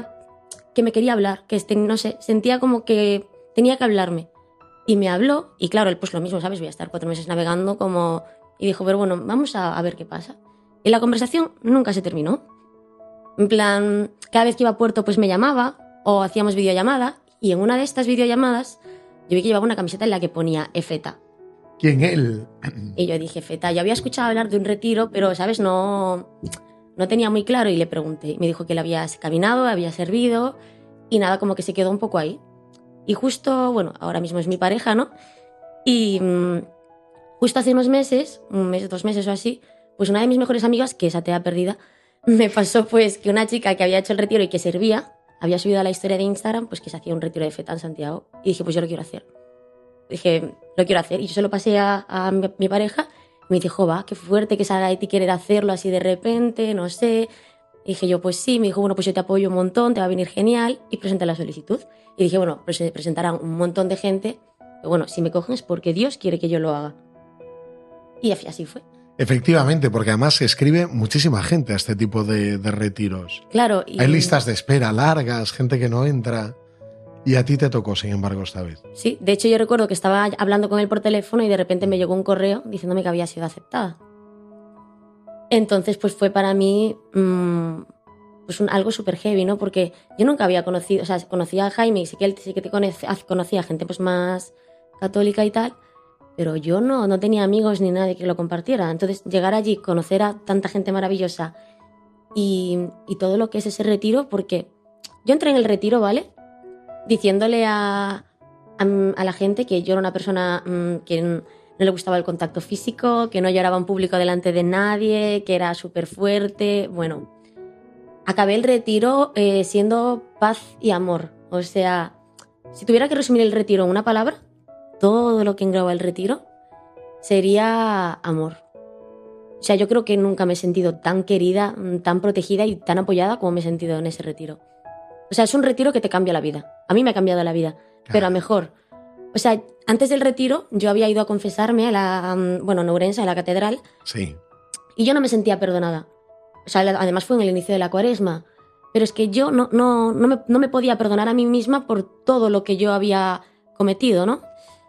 que me quería hablar, que no sé, sentía como que tenía que hablarme. Y me habló, y claro, él pues lo mismo, ¿sabes? Voy a estar 4 meses navegando como... Y dijo, pero bueno, vamos a ver qué pasa. Y la conversación nunca se terminó. En plan, cada vez que iba a puerto pues me llamaba o hacíamos videollamada y en una de estas videollamadas yo vi que llevaba una camiseta en la que ponía Efeta. ¿Quién él? Y yo dije, Efeta, yo había escuchado hablar de un retiro, pero, ¿sabes? No tenía muy claro y le pregunté. Me dijo que le había caminado, había servido y nada, como que se quedó un poco ahí. Y justo, bueno, ahora mismo es mi pareja, ¿no? Y justo hace unos meses, 1 mes, 2 meses o así, pues una de mis mejores amigas, que es atea perdida, me pasó pues que una chica que había hecho el retiro y que servía, había subido a la historia de Instagram pues que se hacía un retiro de Efeta en Santiago. Y dije, pues yo lo quiero hacer. Dije, lo quiero hacer. Y yo se lo pasé a mi pareja y me dijo, va, qué fuerte que salga de ti querer hacerlo así de repente, no sé. Y dije yo, pues sí. Me dijo, bueno, pues yo te apoyo un montón, te va a venir genial. Y presenté la solicitud. Y dije, bueno, pues se presentarán un montón de gente. Pero bueno, si me cogen es porque Dios quiere que yo lo haga. Y así fue. Efectivamente, porque además se escribe muchísima gente a este tipo de retiros. Claro. Hay listas de espera largas, gente que no entra. Y a ti te tocó, sin embargo, esta vez. Sí, de hecho yo recuerdo que estaba hablando con él por teléfono y de repente me llegó un correo diciéndome que había sido aceptada. Entonces pues fue para mí pues algo súper heavy, ¿no? Porque yo nunca había conocido, o sea, conocía a Jaime y sí que él sí que conocía a gente pues más católica y tal, pero yo no tenía amigos ni nadie que lo compartiera. Entonces llegar allí, conocer a tanta gente maravillosa y todo lo que es ese retiro, porque yo entré en el retiro, ¿vale? Diciéndole a la gente que yo era una persona que no le gustaba el contacto físico, que no lloraba en público delante de nadie, que era súper fuerte. Bueno, acabé el retiro siendo paz y amor. O sea, si tuviera que resumir el retiro en una palabra, todo lo que engloba el retiro, sería amor. O sea, yo creo que nunca me he sentido tan querida, tan protegida y tan apoyada como me he sentido en ese retiro. O sea, es un retiro que te cambia la vida. A mí me ha cambiado la vida, pero a mejor. O sea, antes del retiro yo había ido a confesarme a la, en Ourense, a la catedral. Sí. Y yo no me sentía perdonada. O sea, además fue en el inicio de la Cuaresma. Pero es que yo no me podía perdonar a mí misma por todo lo que yo había cometido, ¿no?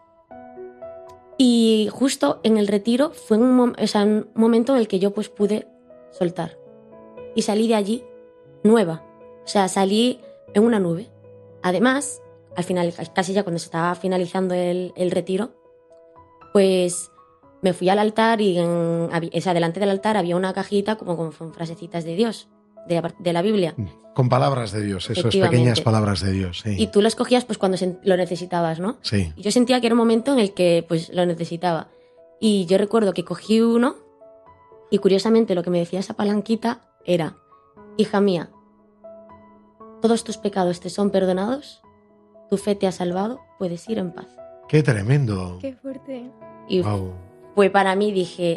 Y justo en el retiro fue un momento en el que yo pues pude soltar. Y salí de allí nueva. O sea, salí en una nube. Además, al final, casi ya cuando se estaba finalizando el retiro, pues me fui al altar y delante del altar había una cajita como con frasecitas de Dios, de la Biblia. Con palabras de Dios, eso es, pequeñas palabras de Dios. Sí. Y tú las cogías pues cuando lo necesitabas, ¿no? Sí. Y yo sentía que era un momento en el que pues lo necesitaba. Y yo recuerdo que cogí uno y curiosamente lo que me decía esa palanquita era: hija mía, todos tus pecados te son perdonados, tu fe te ha salvado, puedes ir en paz. ¡Qué tremendo! ¡Qué fuerte! Y fue para mí, dije,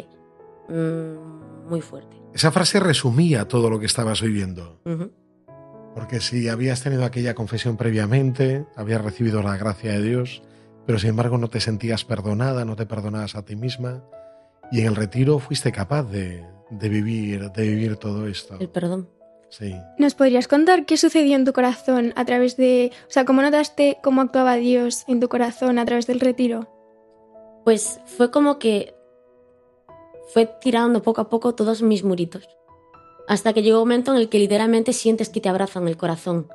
muy fuerte. Esa frase resumía todo lo que estabas viviendo. Uh-huh. Porque si habías tenido aquella confesión previamente, habías recibido la gracia de Dios, pero sin embargo no te sentías perdonada, no te perdonabas a ti misma, y en el retiro fuiste capaz de vivir todo esto. El perdón. Sí. ¿Nos podrías contar qué sucedió en tu corazón a través de... O sea, cómo notaste cómo actuaba Dios en tu corazón a través del retiro? Pues fue como que fue tirando poco a poco todos mis muritos. Hasta que llegó un momento en el que literalmente sientes que te abrazan el corazón.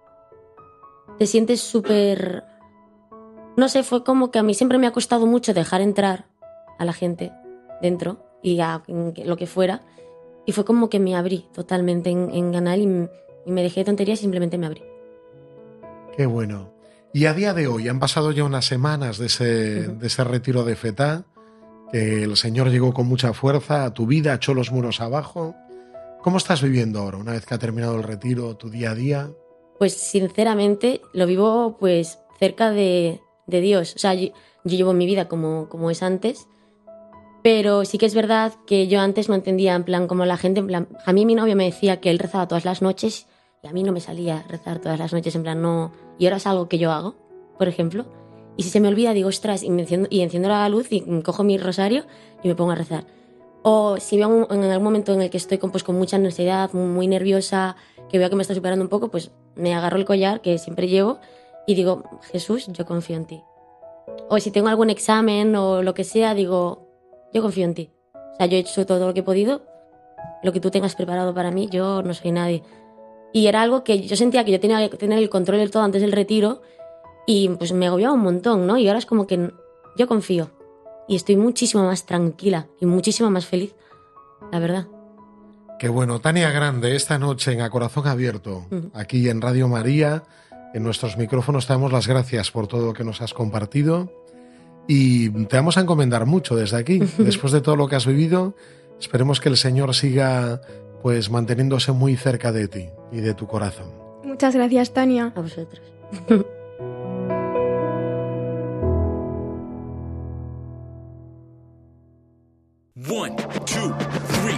Te sientes súper... No sé, fue como que a mí siempre me ha costado mucho dejar entrar a la gente dentro y a lo que fuera. Y fue como que me abrí totalmente en canal y me dejé de tonterías y simplemente me abrí. Qué bueno. Y a día de hoy, han pasado ya unas semanas de ese retiro de Fetá, que el Señor llegó con mucha fuerza a tu vida, echó los muros abajo. ¿Cómo estás viviendo ahora, una vez que ha terminado el retiro, tu día a día? Pues sinceramente lo vivo pues cerca de Dios. O sea, yo llevo mi vida como es antes, pero sí que es verdad que yo antes no entendía, en plan, como la gente, en plan, a mí mi novio me decía que él rezaba todas las noches y a mí no me salía rezar todas las noches, en plan, no. Y ahora es algo que yo hago, por ejemplo, y si se me olvida digo, ostras, y enciendo la luz y cojo mi rosario y me pongo a rezar. O si veo en algún momento en el que estoy con mucha ansiedad, muy nerviosa, que veo que me está superando un poco, pues me agarro el collar que siempre llevo y digo, Jesús, yo confío en ti. O si tengo algún examen o lo que sea, digo, yo confío en ti. O sea, yo he hecho todo lo que he podido, lo que tú tengas preparado para mí, yo no soy nadie. Y era algo que yo sentía que yo tenía que tener el control del todo antes del retiro y pues me agobiaba un montón, ¿no? Y ahora es como que yo confío y estoy muchísimo más tranquila y muchísimo más feliz, la verdad. Qué bueno. Tania Grande, esta noche en A Corazón Abierto, aquí en Radio María, en nuestros micrófonos te damos las gracias por todo lo que nos has compartido y te vamos a encomendar mucho desde aquí. Después de todo lo que has vivido, esperemos que el Señor siga pues manteniéndose muy cerca de ti y de tu corazón. Muchas gracias, Tania. A vosotros. One, two, three.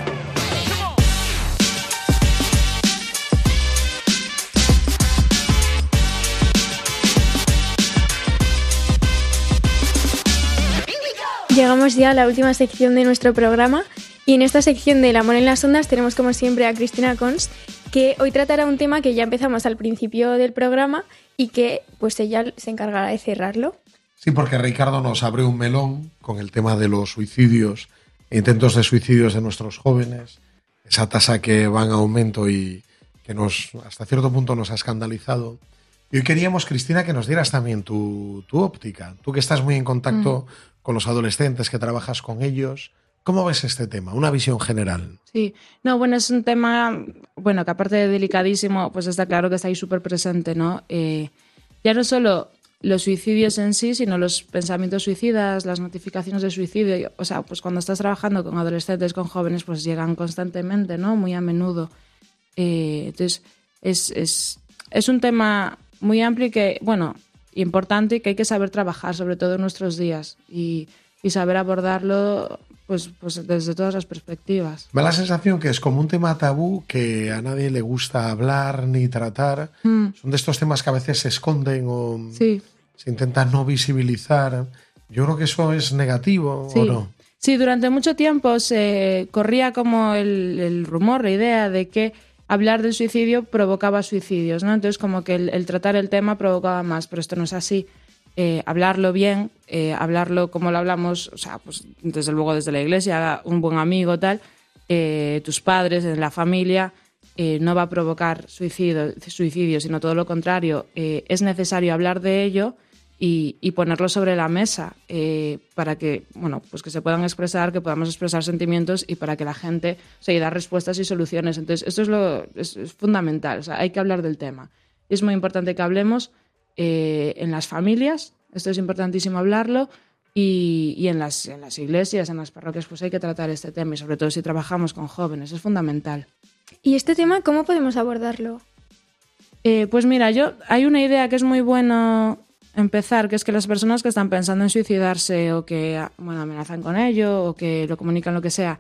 Llegamos ya a la última sección de nuestro programa y en esta sección del amor en las ondas tenemos como siempre a Cristina Cons, que hoy tratará un tema que ya empezamos al principio del programa y que pues ella se encargará de cerrarlo. Sí, porque Ricardo nos abrió un melón con el tema de los suicidios e intentos de suicidios de nuestros jóvenes, esa tasa que va en aumento y que hasta cierto punto nos ha escandalizado. Y hoy queríamos, Cristina, que nos dieras también tu óptica. Tú que estás muy en contacto con los adolescentes, que trabajas con ellos. ¿Cómo ves este tema? Una visión general. Sí, no, bueno, es un tema, bueno, que aparte de delicadísimo, pues está claro que está ahí súper presente, ¿no? Ya no solo los suicidios en sí, sino los pensamientos suicidas, las notificaciones de suicidio. O sea, pues cuando estás trabajando con adolescentes, con jóvenes, pues llegan constantemente, ¿no? Muy a menudo. Entonces, es un tema muy amplio y que, bueno, importante y que hay que saber trabajar, sobre todo en nuestros días, y saber abordarlo pues desde todas las perspectivas. Me da la sensación que es como un tema tabú que a nadie le gusta hablar ni tratar. Son de estos temas que a veces se esconden o se intentan no visibilizar. Yo creo que eso es negativo, ¿o no? Sí, durante mucho tiempo se corría como el rumor, la idea de que hablar del suicidio provocaba suicidios, ¿no? Entonces como que el tratar el tema provocaba más, pero esto no es así. Hablarlo bien, hablarlo como lo hablamos, o sea, pues desde luego desde la iglesia, un buen amigo, tal, tus padres, en la familia, no va a provocar suicidio, sino todo lo contrario. Es necesario hablar de ello y ponerlo sobre la mesa para que, bueno, pues que se puedan expresar, que podamos expresar sentimientos y para que la gente se dar respuestas y soluciones. Entonces, esto es fundamental, o sea, hay que hablar del tema. Es muy importante que hablemos en las familias, esto es importantísimo hablarlo, y en las iglesias, en las parroquias, pues hay que tratar este tema, y sobre todo si trabajamos con jóvenes, es fundamental. ¿Y este tema cómo podemos abordarlo? Pues mira, hay una idea que es muy bueno empezar, que es que las personas que están pensando en suicidarse o que amenazan con ello o que lo comunican, lo que sea,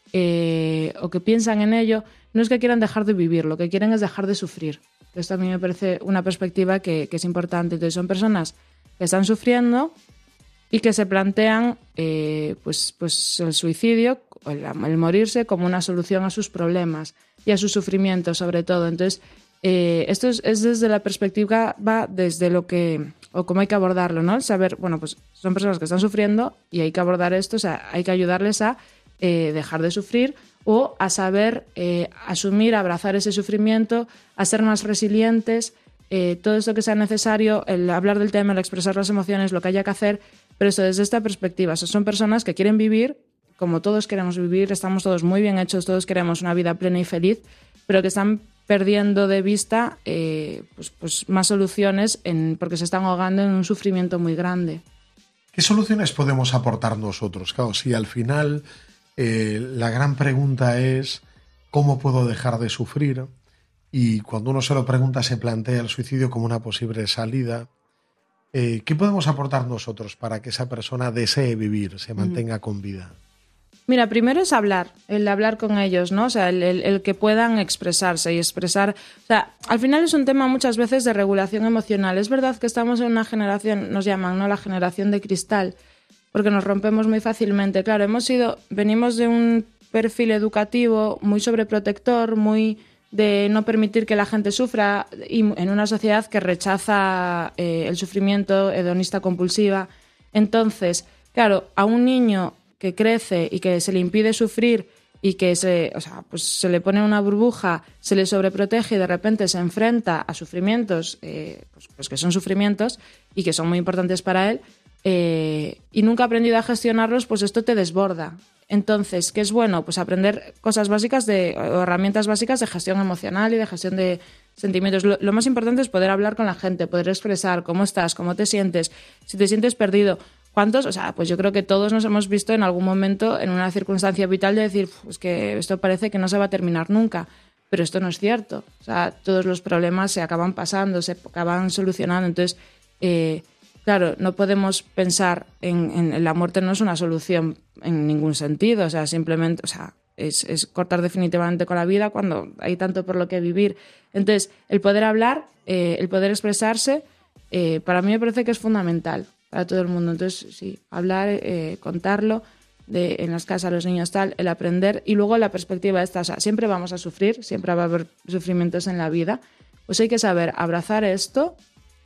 o que piensan en ello, no es que quieran dejar de vivir, lo que quieren es dejar de sufrir. Esto a mí me parece una perspectiva que es importante. Entonces son personas que están sufriendo y que se plantean pues el suicidio, el morirse, como una solución a sus problemas y a su sufrimiento sobre todo. Entonces esto es desde la perspectiva, va desde lo que, o cómo hay que abordarlo, ¿no? Saber, bueno, pues son personas que están sufriendo y hay que abordar esto, o sea, hay que ayudarles a dejar de sufrir o a saber asumir, abrazar ese sufrimiento, a ser más resilientes, todo esto que sea necesario, el hablar del tema, el expresar las emociones, lo que haya que hacer, pero esto desde esta perspectiva. O sea, son personas que quieren vivir, como todos queremos vivir, estamos todos muy bien hechos, todos queremos una vida plena y feliz, pero que están perdiendo de vista pues más soluciones porque se están ahogando en un sufrimiento muy grande. ¿Qué soluciones podemos aportar nosotros? Claro, si al final la gran pregunta es ¿cómo puedo dejar de sufrir? Y cuando uno se lo pregunta se plantea el suicidio como una posible salida. ¿Qué podemos aportar nosotros para que esa persona desee vivir, se mantenga con vida? Mira, primero es el hablar con ellos, ¿no? O sea, el que puedan expresarse y expresar. O sea, al final es un tema muchas veces de regulación emocional. Es verdad que estamos en una generación, nos llaman, ¿no?, la generación de cristal, porque nos rompemos muy fácilmente. Claro, venimos de un perfil educativo muy sobreprotector, muy de no permitir que la gente sufra, y en una sociedad que rechaza el sufrimiento, hedonista compulsiva. Entonces, claro, a un niño que crece y que se le impide sufrir y que se le pone una burbuja, se le sobreprotege y de repente se enfrenta a sufrimientos pues que son sufrimientos y que son muy importantes para él, y nunca ha aprendido a gestionarlos, pues esto te desborda. Entonces, ¿qué es bueno? Pues aprender cosas básicas o herramientas básicas de gestión emocional y de gestión de sentimientos. Lo más importante es poder hablar con la gente, poder expresar cómo estás, cómo te sientes, si te sientes perdido. ¿Cuántos? O sea, pues yo creo que todos nos hemos visto en algún momento en una circunstancia vital de decir, es que esto parece que no se va a terminar nunca. Pero esto no es cierto. O sea, todos los problemas se acaban pasando, se acaban solucionando. Entonces, claro, no podemos pensar en la muerte, no es una solución en ningún sentido. O sea, simplemente, o sea, es cortar definitivamente con la vida cuando hay tanto por lo que vivir. Entonces, el poder hablar, el poder expresarse, para mí me parece que es fundamental para todo el mundo. Entonces, sí, hablar, contarlo, en las casas, los niños, tal, el aprender, y luego la perspectiva esta, o sea, siempre vamos a sufrir, siempre va a haber sufrimientos en la vida, pues hay que saber abrazar esto,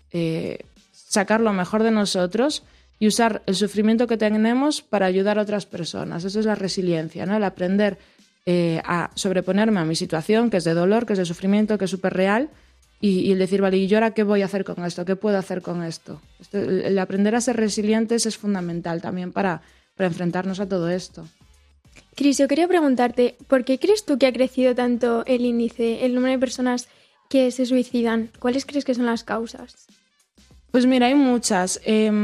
sacar lo mejor de nosotros y usar el sufrimiento que tenemos para ayudar a otras personas. Eso es la resiliencia, ¿no? El aprender a sobreponerme a mi situación, que es de dolor, que es de sufrimiento, que es súper real, y el decir, vale, ¿y yo ahora qué voy a hacer con esto? ¿Qué puedo hacer con esto? El aprender a ser resilientes es fundamental también para enfrentarnos a todo esto. Cris, yo quería preguntarte, ¿por qué crees tú que ha crecido tanto el número de personas que se suicidan? ¿Cuáles crees que son las causas? Pues mira, hay muchas.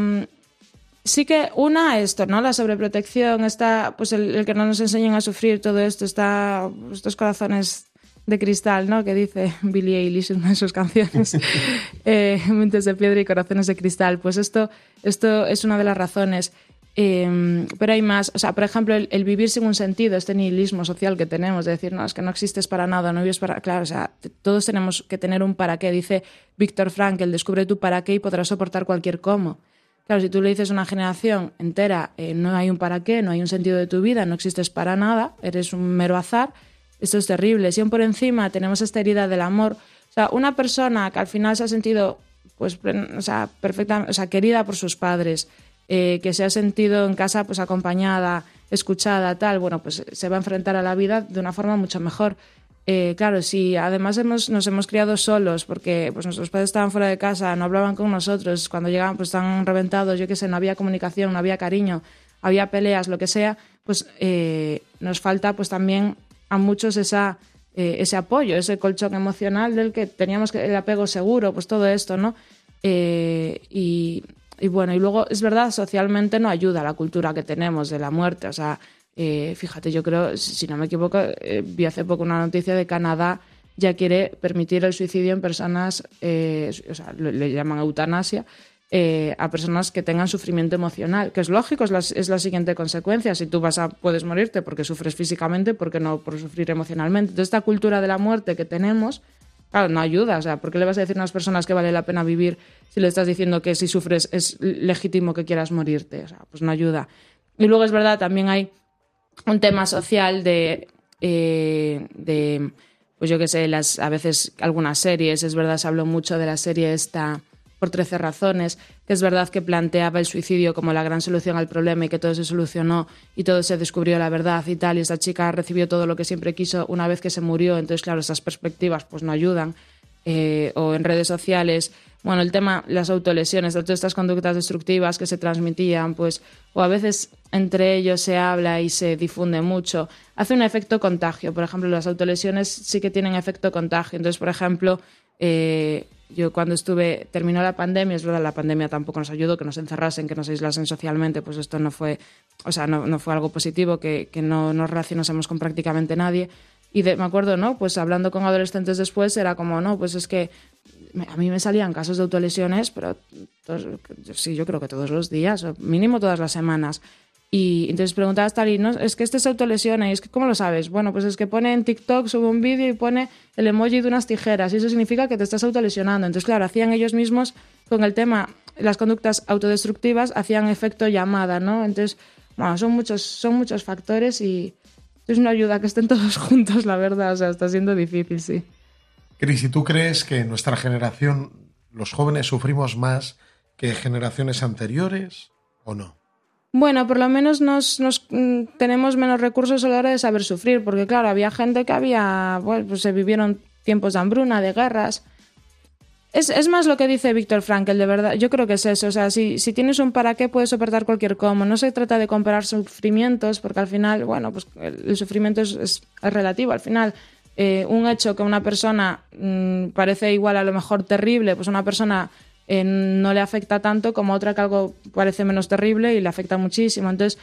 Sí que una, esto, ¿no? La sobreprotección, está, pues el que no nos enseñen a sufrir todo esto, está estos corazones de cristal, ¿no? Que dice Billie Eilish en una de sus canciones, mentes de piedra y corazones de cristal. Pues esto es una de las razones. Pero hay más. O sea, por ejemplo, el vivir sin un sentido, este nihilismo social que tenemos, de decir, no, es que no existes para nada, no vives para... Claro, o sea, todos tenemos que tener un para qué. Dice Viktor Frankl, descubre tu para qué y podrás soportar cualquier cómo. Claro, si tú le dices a una generación entera, no hay un para qué, no hay un sentido de tu vida, no existes para nada, eres un mero azar, esto es terrible. Si aún por encima tenemos esta herida del amor, o sea, una persona que al final se ha sentido, pues, o sea, perfectamente, o sea, querida por sus padres, que se ha sentido en casa, pues, acompañada, escuchada, tal, bueno, pues se va a enfrentar a la vida de una forma mucho mejor. Claro, si además nos hemos criado solos porque pues nuestros padres estaban fuera de casa, no hablaban con nosotros, cuando llegaban pues estaban reventados, yo qué sé, no había comunicación, no había cariño, había peleas, lo que sea, pues nos falta pues también a muchos ese apoyo, ese colchón emocional del que teníamos el apego seguro, pues todo esto, ¿no? Y bueno, y luego es verdad, socialmente no ayuda la cultura que tenemos de la muerte, o sea, fíjate, yo creo, si no me equivoco, vi hace poco una noticia de Canadá ya quiere permitir el suicidio en personas, o sea, le llaman eutanasia, a personas que tengan sufrimiento emocional, que es lógico, es la siguiente consecuencia. Si tú puedes morirte porque sufres físicamente, porque no por sufrir emocionalmente. Entonces, esta cultura de la muerte que tenemos, claro, no ayuda. O sea, ¿por qué le vas a decir a unas personas que vale la pena vivir si le estás diciendo que si sufres es legítimo que quieras morirte? O sea, pues no ayuda. Y luego es verdad, también hay un tema social de pues yo qué sé, a veces algunas series, es verdad, se habló mucho de la serie esta por 13 razones, que es verdad que planteaba el suicidio como la gran solución al problema y que todo se solucionó y todo se descubrió la verdad y tal, y esta chica recibió todo lo que siempre quiso una vez que se murió, entonces claro, esas perspectivas pues no ayudan. O en redes sociales, bueno, el tema, las autolesiones, todas estas conductas destructivas que se transmitían, pues, o a veces entre ellos se habla y se difunde mucho, hace un efecto contagio. Por ejemplo, las autolesiones sí que tienen efecto contagio. Entonces, por ejemplo, yo cuando terminó la pandemia, es verdad, la pandemia tampoco nos ayudó, que nos encerrasen, que nos aislasen socialmente, pues esto no fue, o sea, no fue algo positivo, que no nos relacionásemos con prácticamente nadie. Y me acuerdo, ¿no? Pues hablando con adolescentes después, era como, no, pues es que a mí me salían casos de autolesiones, pero sí, yo creo que todos los días, o mínimo todas las semanas. Y entonces preguntaba a Stalin, no, es que este se autolesiona, y es que, ¿cómo lo sabes? Bueno, pues es que pone en TikTok, sube un vídeo y pone el emoji de unas tijeras, y eso significa que te estás autolesionando. Entonces, claro, hacían ellos mismos con el tema, las conductas autodestructivas, hacían efecto llamada, ¿no? Entonces, bueno, son muchos factores y es una ayuda que estén todos juntos, la verdad, o sea, está siendo difícil, sí. Cris, ¿y tú crees que en nuestra generación los jóvenes sufrimos más que generaciones anteriores o no? Bueno, por lo menos tenemos menos recursos a la hora de saber sufrir, porque claro, había gente que pues se vivieron tiempos de hambruna, de guerras. Es más lo que dice Viktor Frankl, de verdad. Yo creo que es eso. O sea, si tienes un para qué, puedes soportar cualquier cómo. No se trata de comparar sufrimientos, porque al final, bueno, pues el sufrimiento es relativo. Al final, un hecho que una persona parece igual, a lo mejor terrible, pues una persona no le afecta tanto como otra que algo parece menos terrible y le afecta muchísimo. Entonces,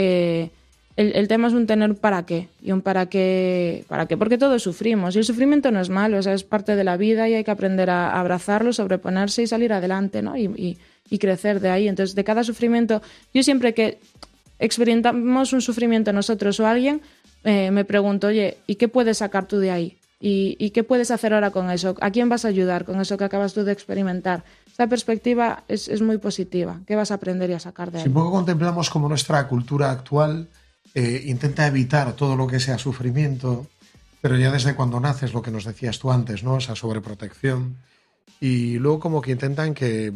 el tema es un tener para qué y un para qué, porque todos sufrimos y el sufrimiento no es malo, o sea, es parte de la vida y hay que aprender a abrazarlo, sobreponerse y salir adelante, ¿no? Y crecer de ahí. Entonces, de cada sufrimiento, yo siempre que experimentamos un sufrimiento nosotros o alguien, me pregunto, oye, ¿y qué puedes sacar tú de ahí? ¿Y qué puedes hacer ahora con eso? ¿A quién vas a ayudar con eso que acabas tú de experimentar? Esa perspectiva es muy positiva. ¿Qué vas a aprender y a sacar de ahí? Si un poco contemplamos cómo nuestra cultura actual intenta evitar todo lo que sea sufrimiento, pero ya desde cuando naces, lo que nos decías tú antes, ¿no? Esa sobreprotección. Y luego como que intentan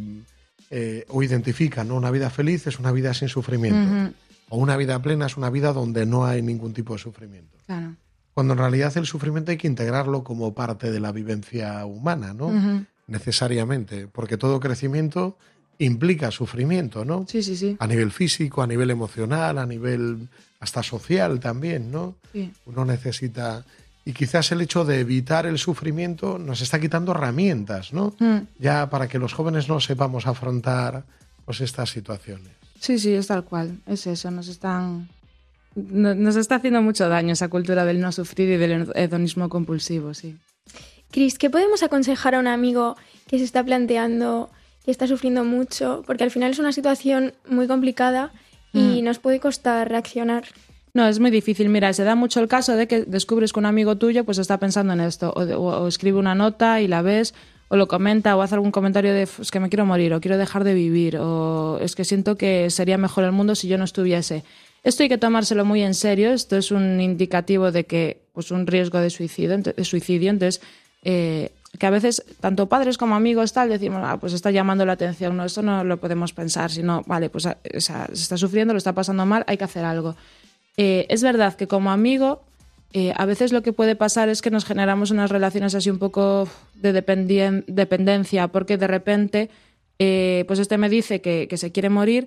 o identifican, ¿no? Una vida feliz es una vida sin sufrimiento. Uh-huh. O una vida plena es una vida donde no hay ningún tipo de sufrimiento. Claro. Cuando en realidad el sufrimiento hay que integrarlo como parte de la vivencia humana, ¿no? Uh-huh. Necesariamente, porque todo crecimiento implica sufrimiento, ¿no? Sí, sí, sí. A nivel físico, a nivel emocional, a nivel hasta social también, ¿no? Sí. Uno necesita... Y quizás el hecho de evitar el sufrimiento nos está quitando herramientas, ¿no? Ya para que los jóvenes no sepamos afrontar pues estas situaciones. Sí, sí, es tal cual. Es eso, nos están Nos está haciendo mucho daño esa cultura del no sufrir y del hedonismo compulsivo, sí. Cris, ¿qué podemos aconsejar a un amigo que se está planteando, que está sufriendo mucho? Porque al final es una situación muy complicada y nos puede costar reaccionar. No, es muy difícil. Mira, se da mucho el caso de que descubres que un amigo tuyo pues está pensando en esto, o escribe una nota y la ves, o lo comenta, o hace algún comentario de es que me quiero morir, o quiero dejar de vivir, o es que siento que sería mejor el mundo si yo no estuviese. Esto hay que tomárselo muy en serio. Esto es un indicativo de que pues un riesgo de suicidio. Entonces, que a veces tanto padres como amigos tal decimos, pues está llamando la atención, no, esto no lo podemos pensar, sino vale, pues se está sufriendo, lo está pasando mal, hay que hacer algo. Es verdad que como amigo a veces lo que puede pasar es que nos generamos unas relaciones así un poco de dependencia, porque de repente pues este me dice que se quiere morir,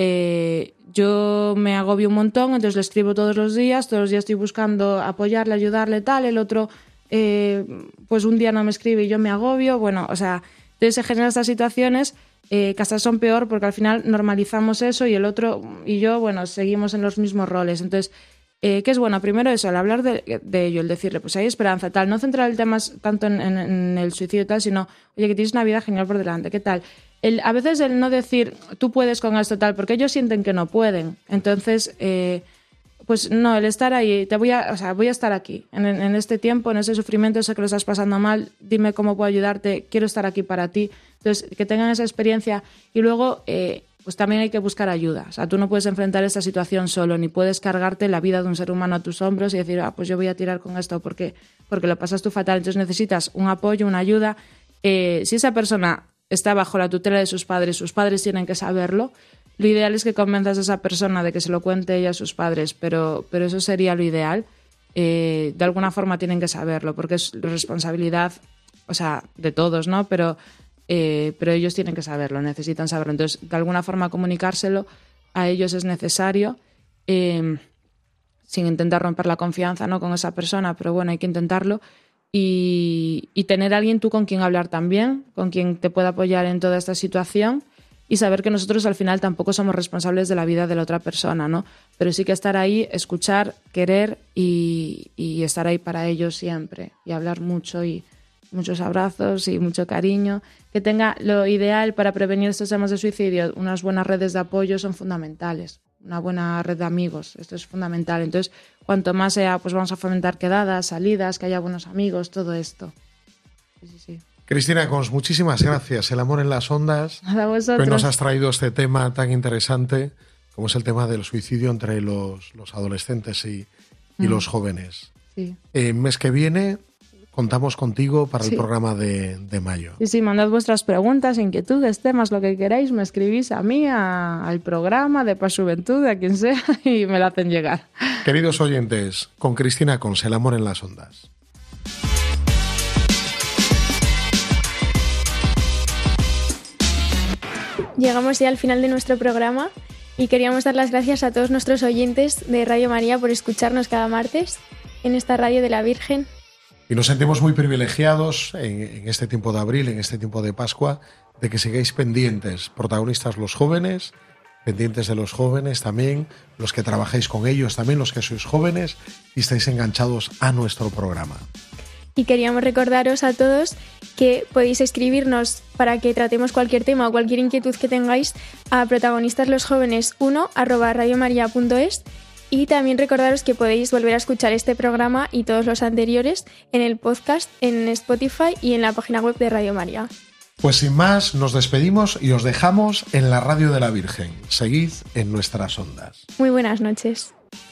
yo me agobio un montón, entonces le escribo todos los días estoy buscando apoyarle, ayudarle, tal, el otro pues un día no me escribe y yo me agobio, bueno, o sea, entonces se generan estas situaciones que hasta son peor porque al final normalizamos eso y el otro y yo, bueno, seguimos en los mismos roles. Entonces, ¿qué es bueno? Primero eso, el hablar de ello, el decirle, pues hay esperanza, tal, no centrar el tema tanto en el suicidio y tal, sino, oye, que tienes una vida genial por delante, ¿qué tal? A veces el no decir, tú puedes con esto, tal, porque ellos sienten que no pueden. Entonces, pues no, el estar ahí, voy a estar aquí, en este tiempo, en ese sufrimiento, sé que lo estás pasando mal, dime cómo puedo ayudarte, quiero estar aquí para ti. Entonces, que tengan esa experiencia y luego, pues también hay que buscar ayuda. O sea, tú no puedes enfrentar esta situación solo, ni puedes cargarte la vida de un ser humano a tus hombros y decir, pues yo voy a tirar con esto porque lo pasas tú fatal. Entonces necesitas un apoyo, una ayuda. Si esa persona está bajo la tutela de sus padres tienen que saberlo. Lo ideal es que convenzas a esa persona de que se lo cuente ella a sus padres, pero eso sería lo ideal. De alguna forma tienen que saberlo, porque es responsabilidad, o sea, de todos, ¿no? Pero ellos tienen que saberlo, necesitan saberlo. Entonces, de alguna forma comunicárselo a ellos es necesario, sin intentar romper la confianza, ¿no?, con esa persona, pero bueno, hay que intentarlo. Y tener a alguien tú con quien hablar también, con quien te pueda apoyar en toda esta situación y saber que nosotros al final tampoco somos responsables de la vida de la otra persona, ¿no? Pero sí que estar ahí, escuchar, querer y estar ahí para ellos siempre y hablar mucho y muchos abrazos y mucho cariño. Que tenga lo ideal para prevenir estos temas de suicidio, unas buenas redes de apoyo son fundamentales, una buena red de amigos, esto es fundamental. Entonces, cuanto más sea, pues vamos a fomentar quedadas, salidas, que haya buenos amigos, todo esto. Sí. Cristina Cons, muchísimas gracias. El amor en las ondas. A vosotros. Hoy nos has traído este tema tan interesante como es el tema del suicidio entre los adolescentes y los jóvenes. Sí. Mes que viene contamos contigo para el programa de mayo. Sí, mandad vuestras preguntas, inquietudes, temas, lo que queráis, me escribís a mí, al programa de Paz Juventud, a quien sea, y me lo hacen llegar. Queridos oyentes, con Cristina Cons, el amor en las ondas. Llegamos ya al final de nuestro programa y queríamos dar las gracias a todos nuestros oyentes de Radio María por escucharnos cada martes en esta radio de la Virgen. Y nos sentimos muy privilegiados en este tiempo de abril, en este tiempo de Pascua, de que sigáis pendientes, protagonistas los jóvenes, pendientes de los jóvenes también, los que trabajáis con ellos también, los que sois jóvenes y estáis enganchados a nuestro programa. Y queríamos recordaros a todos que podéis escribirnos para que tratemos cualquier tema o cualquier inquietud que tengáis a protagonistasloosjóvenes1@radiomaria.es. Y también recordaros que podéis volver a escuchar este programa y todos los anteriores en el podcast, en Spotify y en la página web de Radio María. Pues sin más, nos despedimos y os dejamos en la Radio de la Virgen. Seguid en nuestras ondas. Muy buenas noches.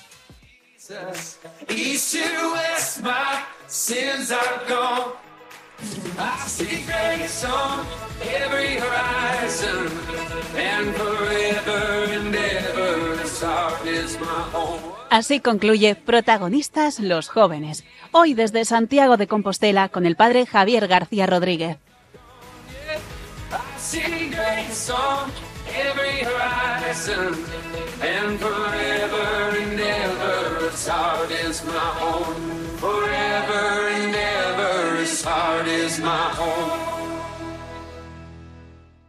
I see grace on every horizon, and forever and ever this heart is my home. Así concluye Protagonistas los jóvenes. Hoy desde Santiago de Compostela con el padre Javier García Rodríguez. I see grace on every horizon, and forever and ever this heart is my home. Forever and ever this heart is my home.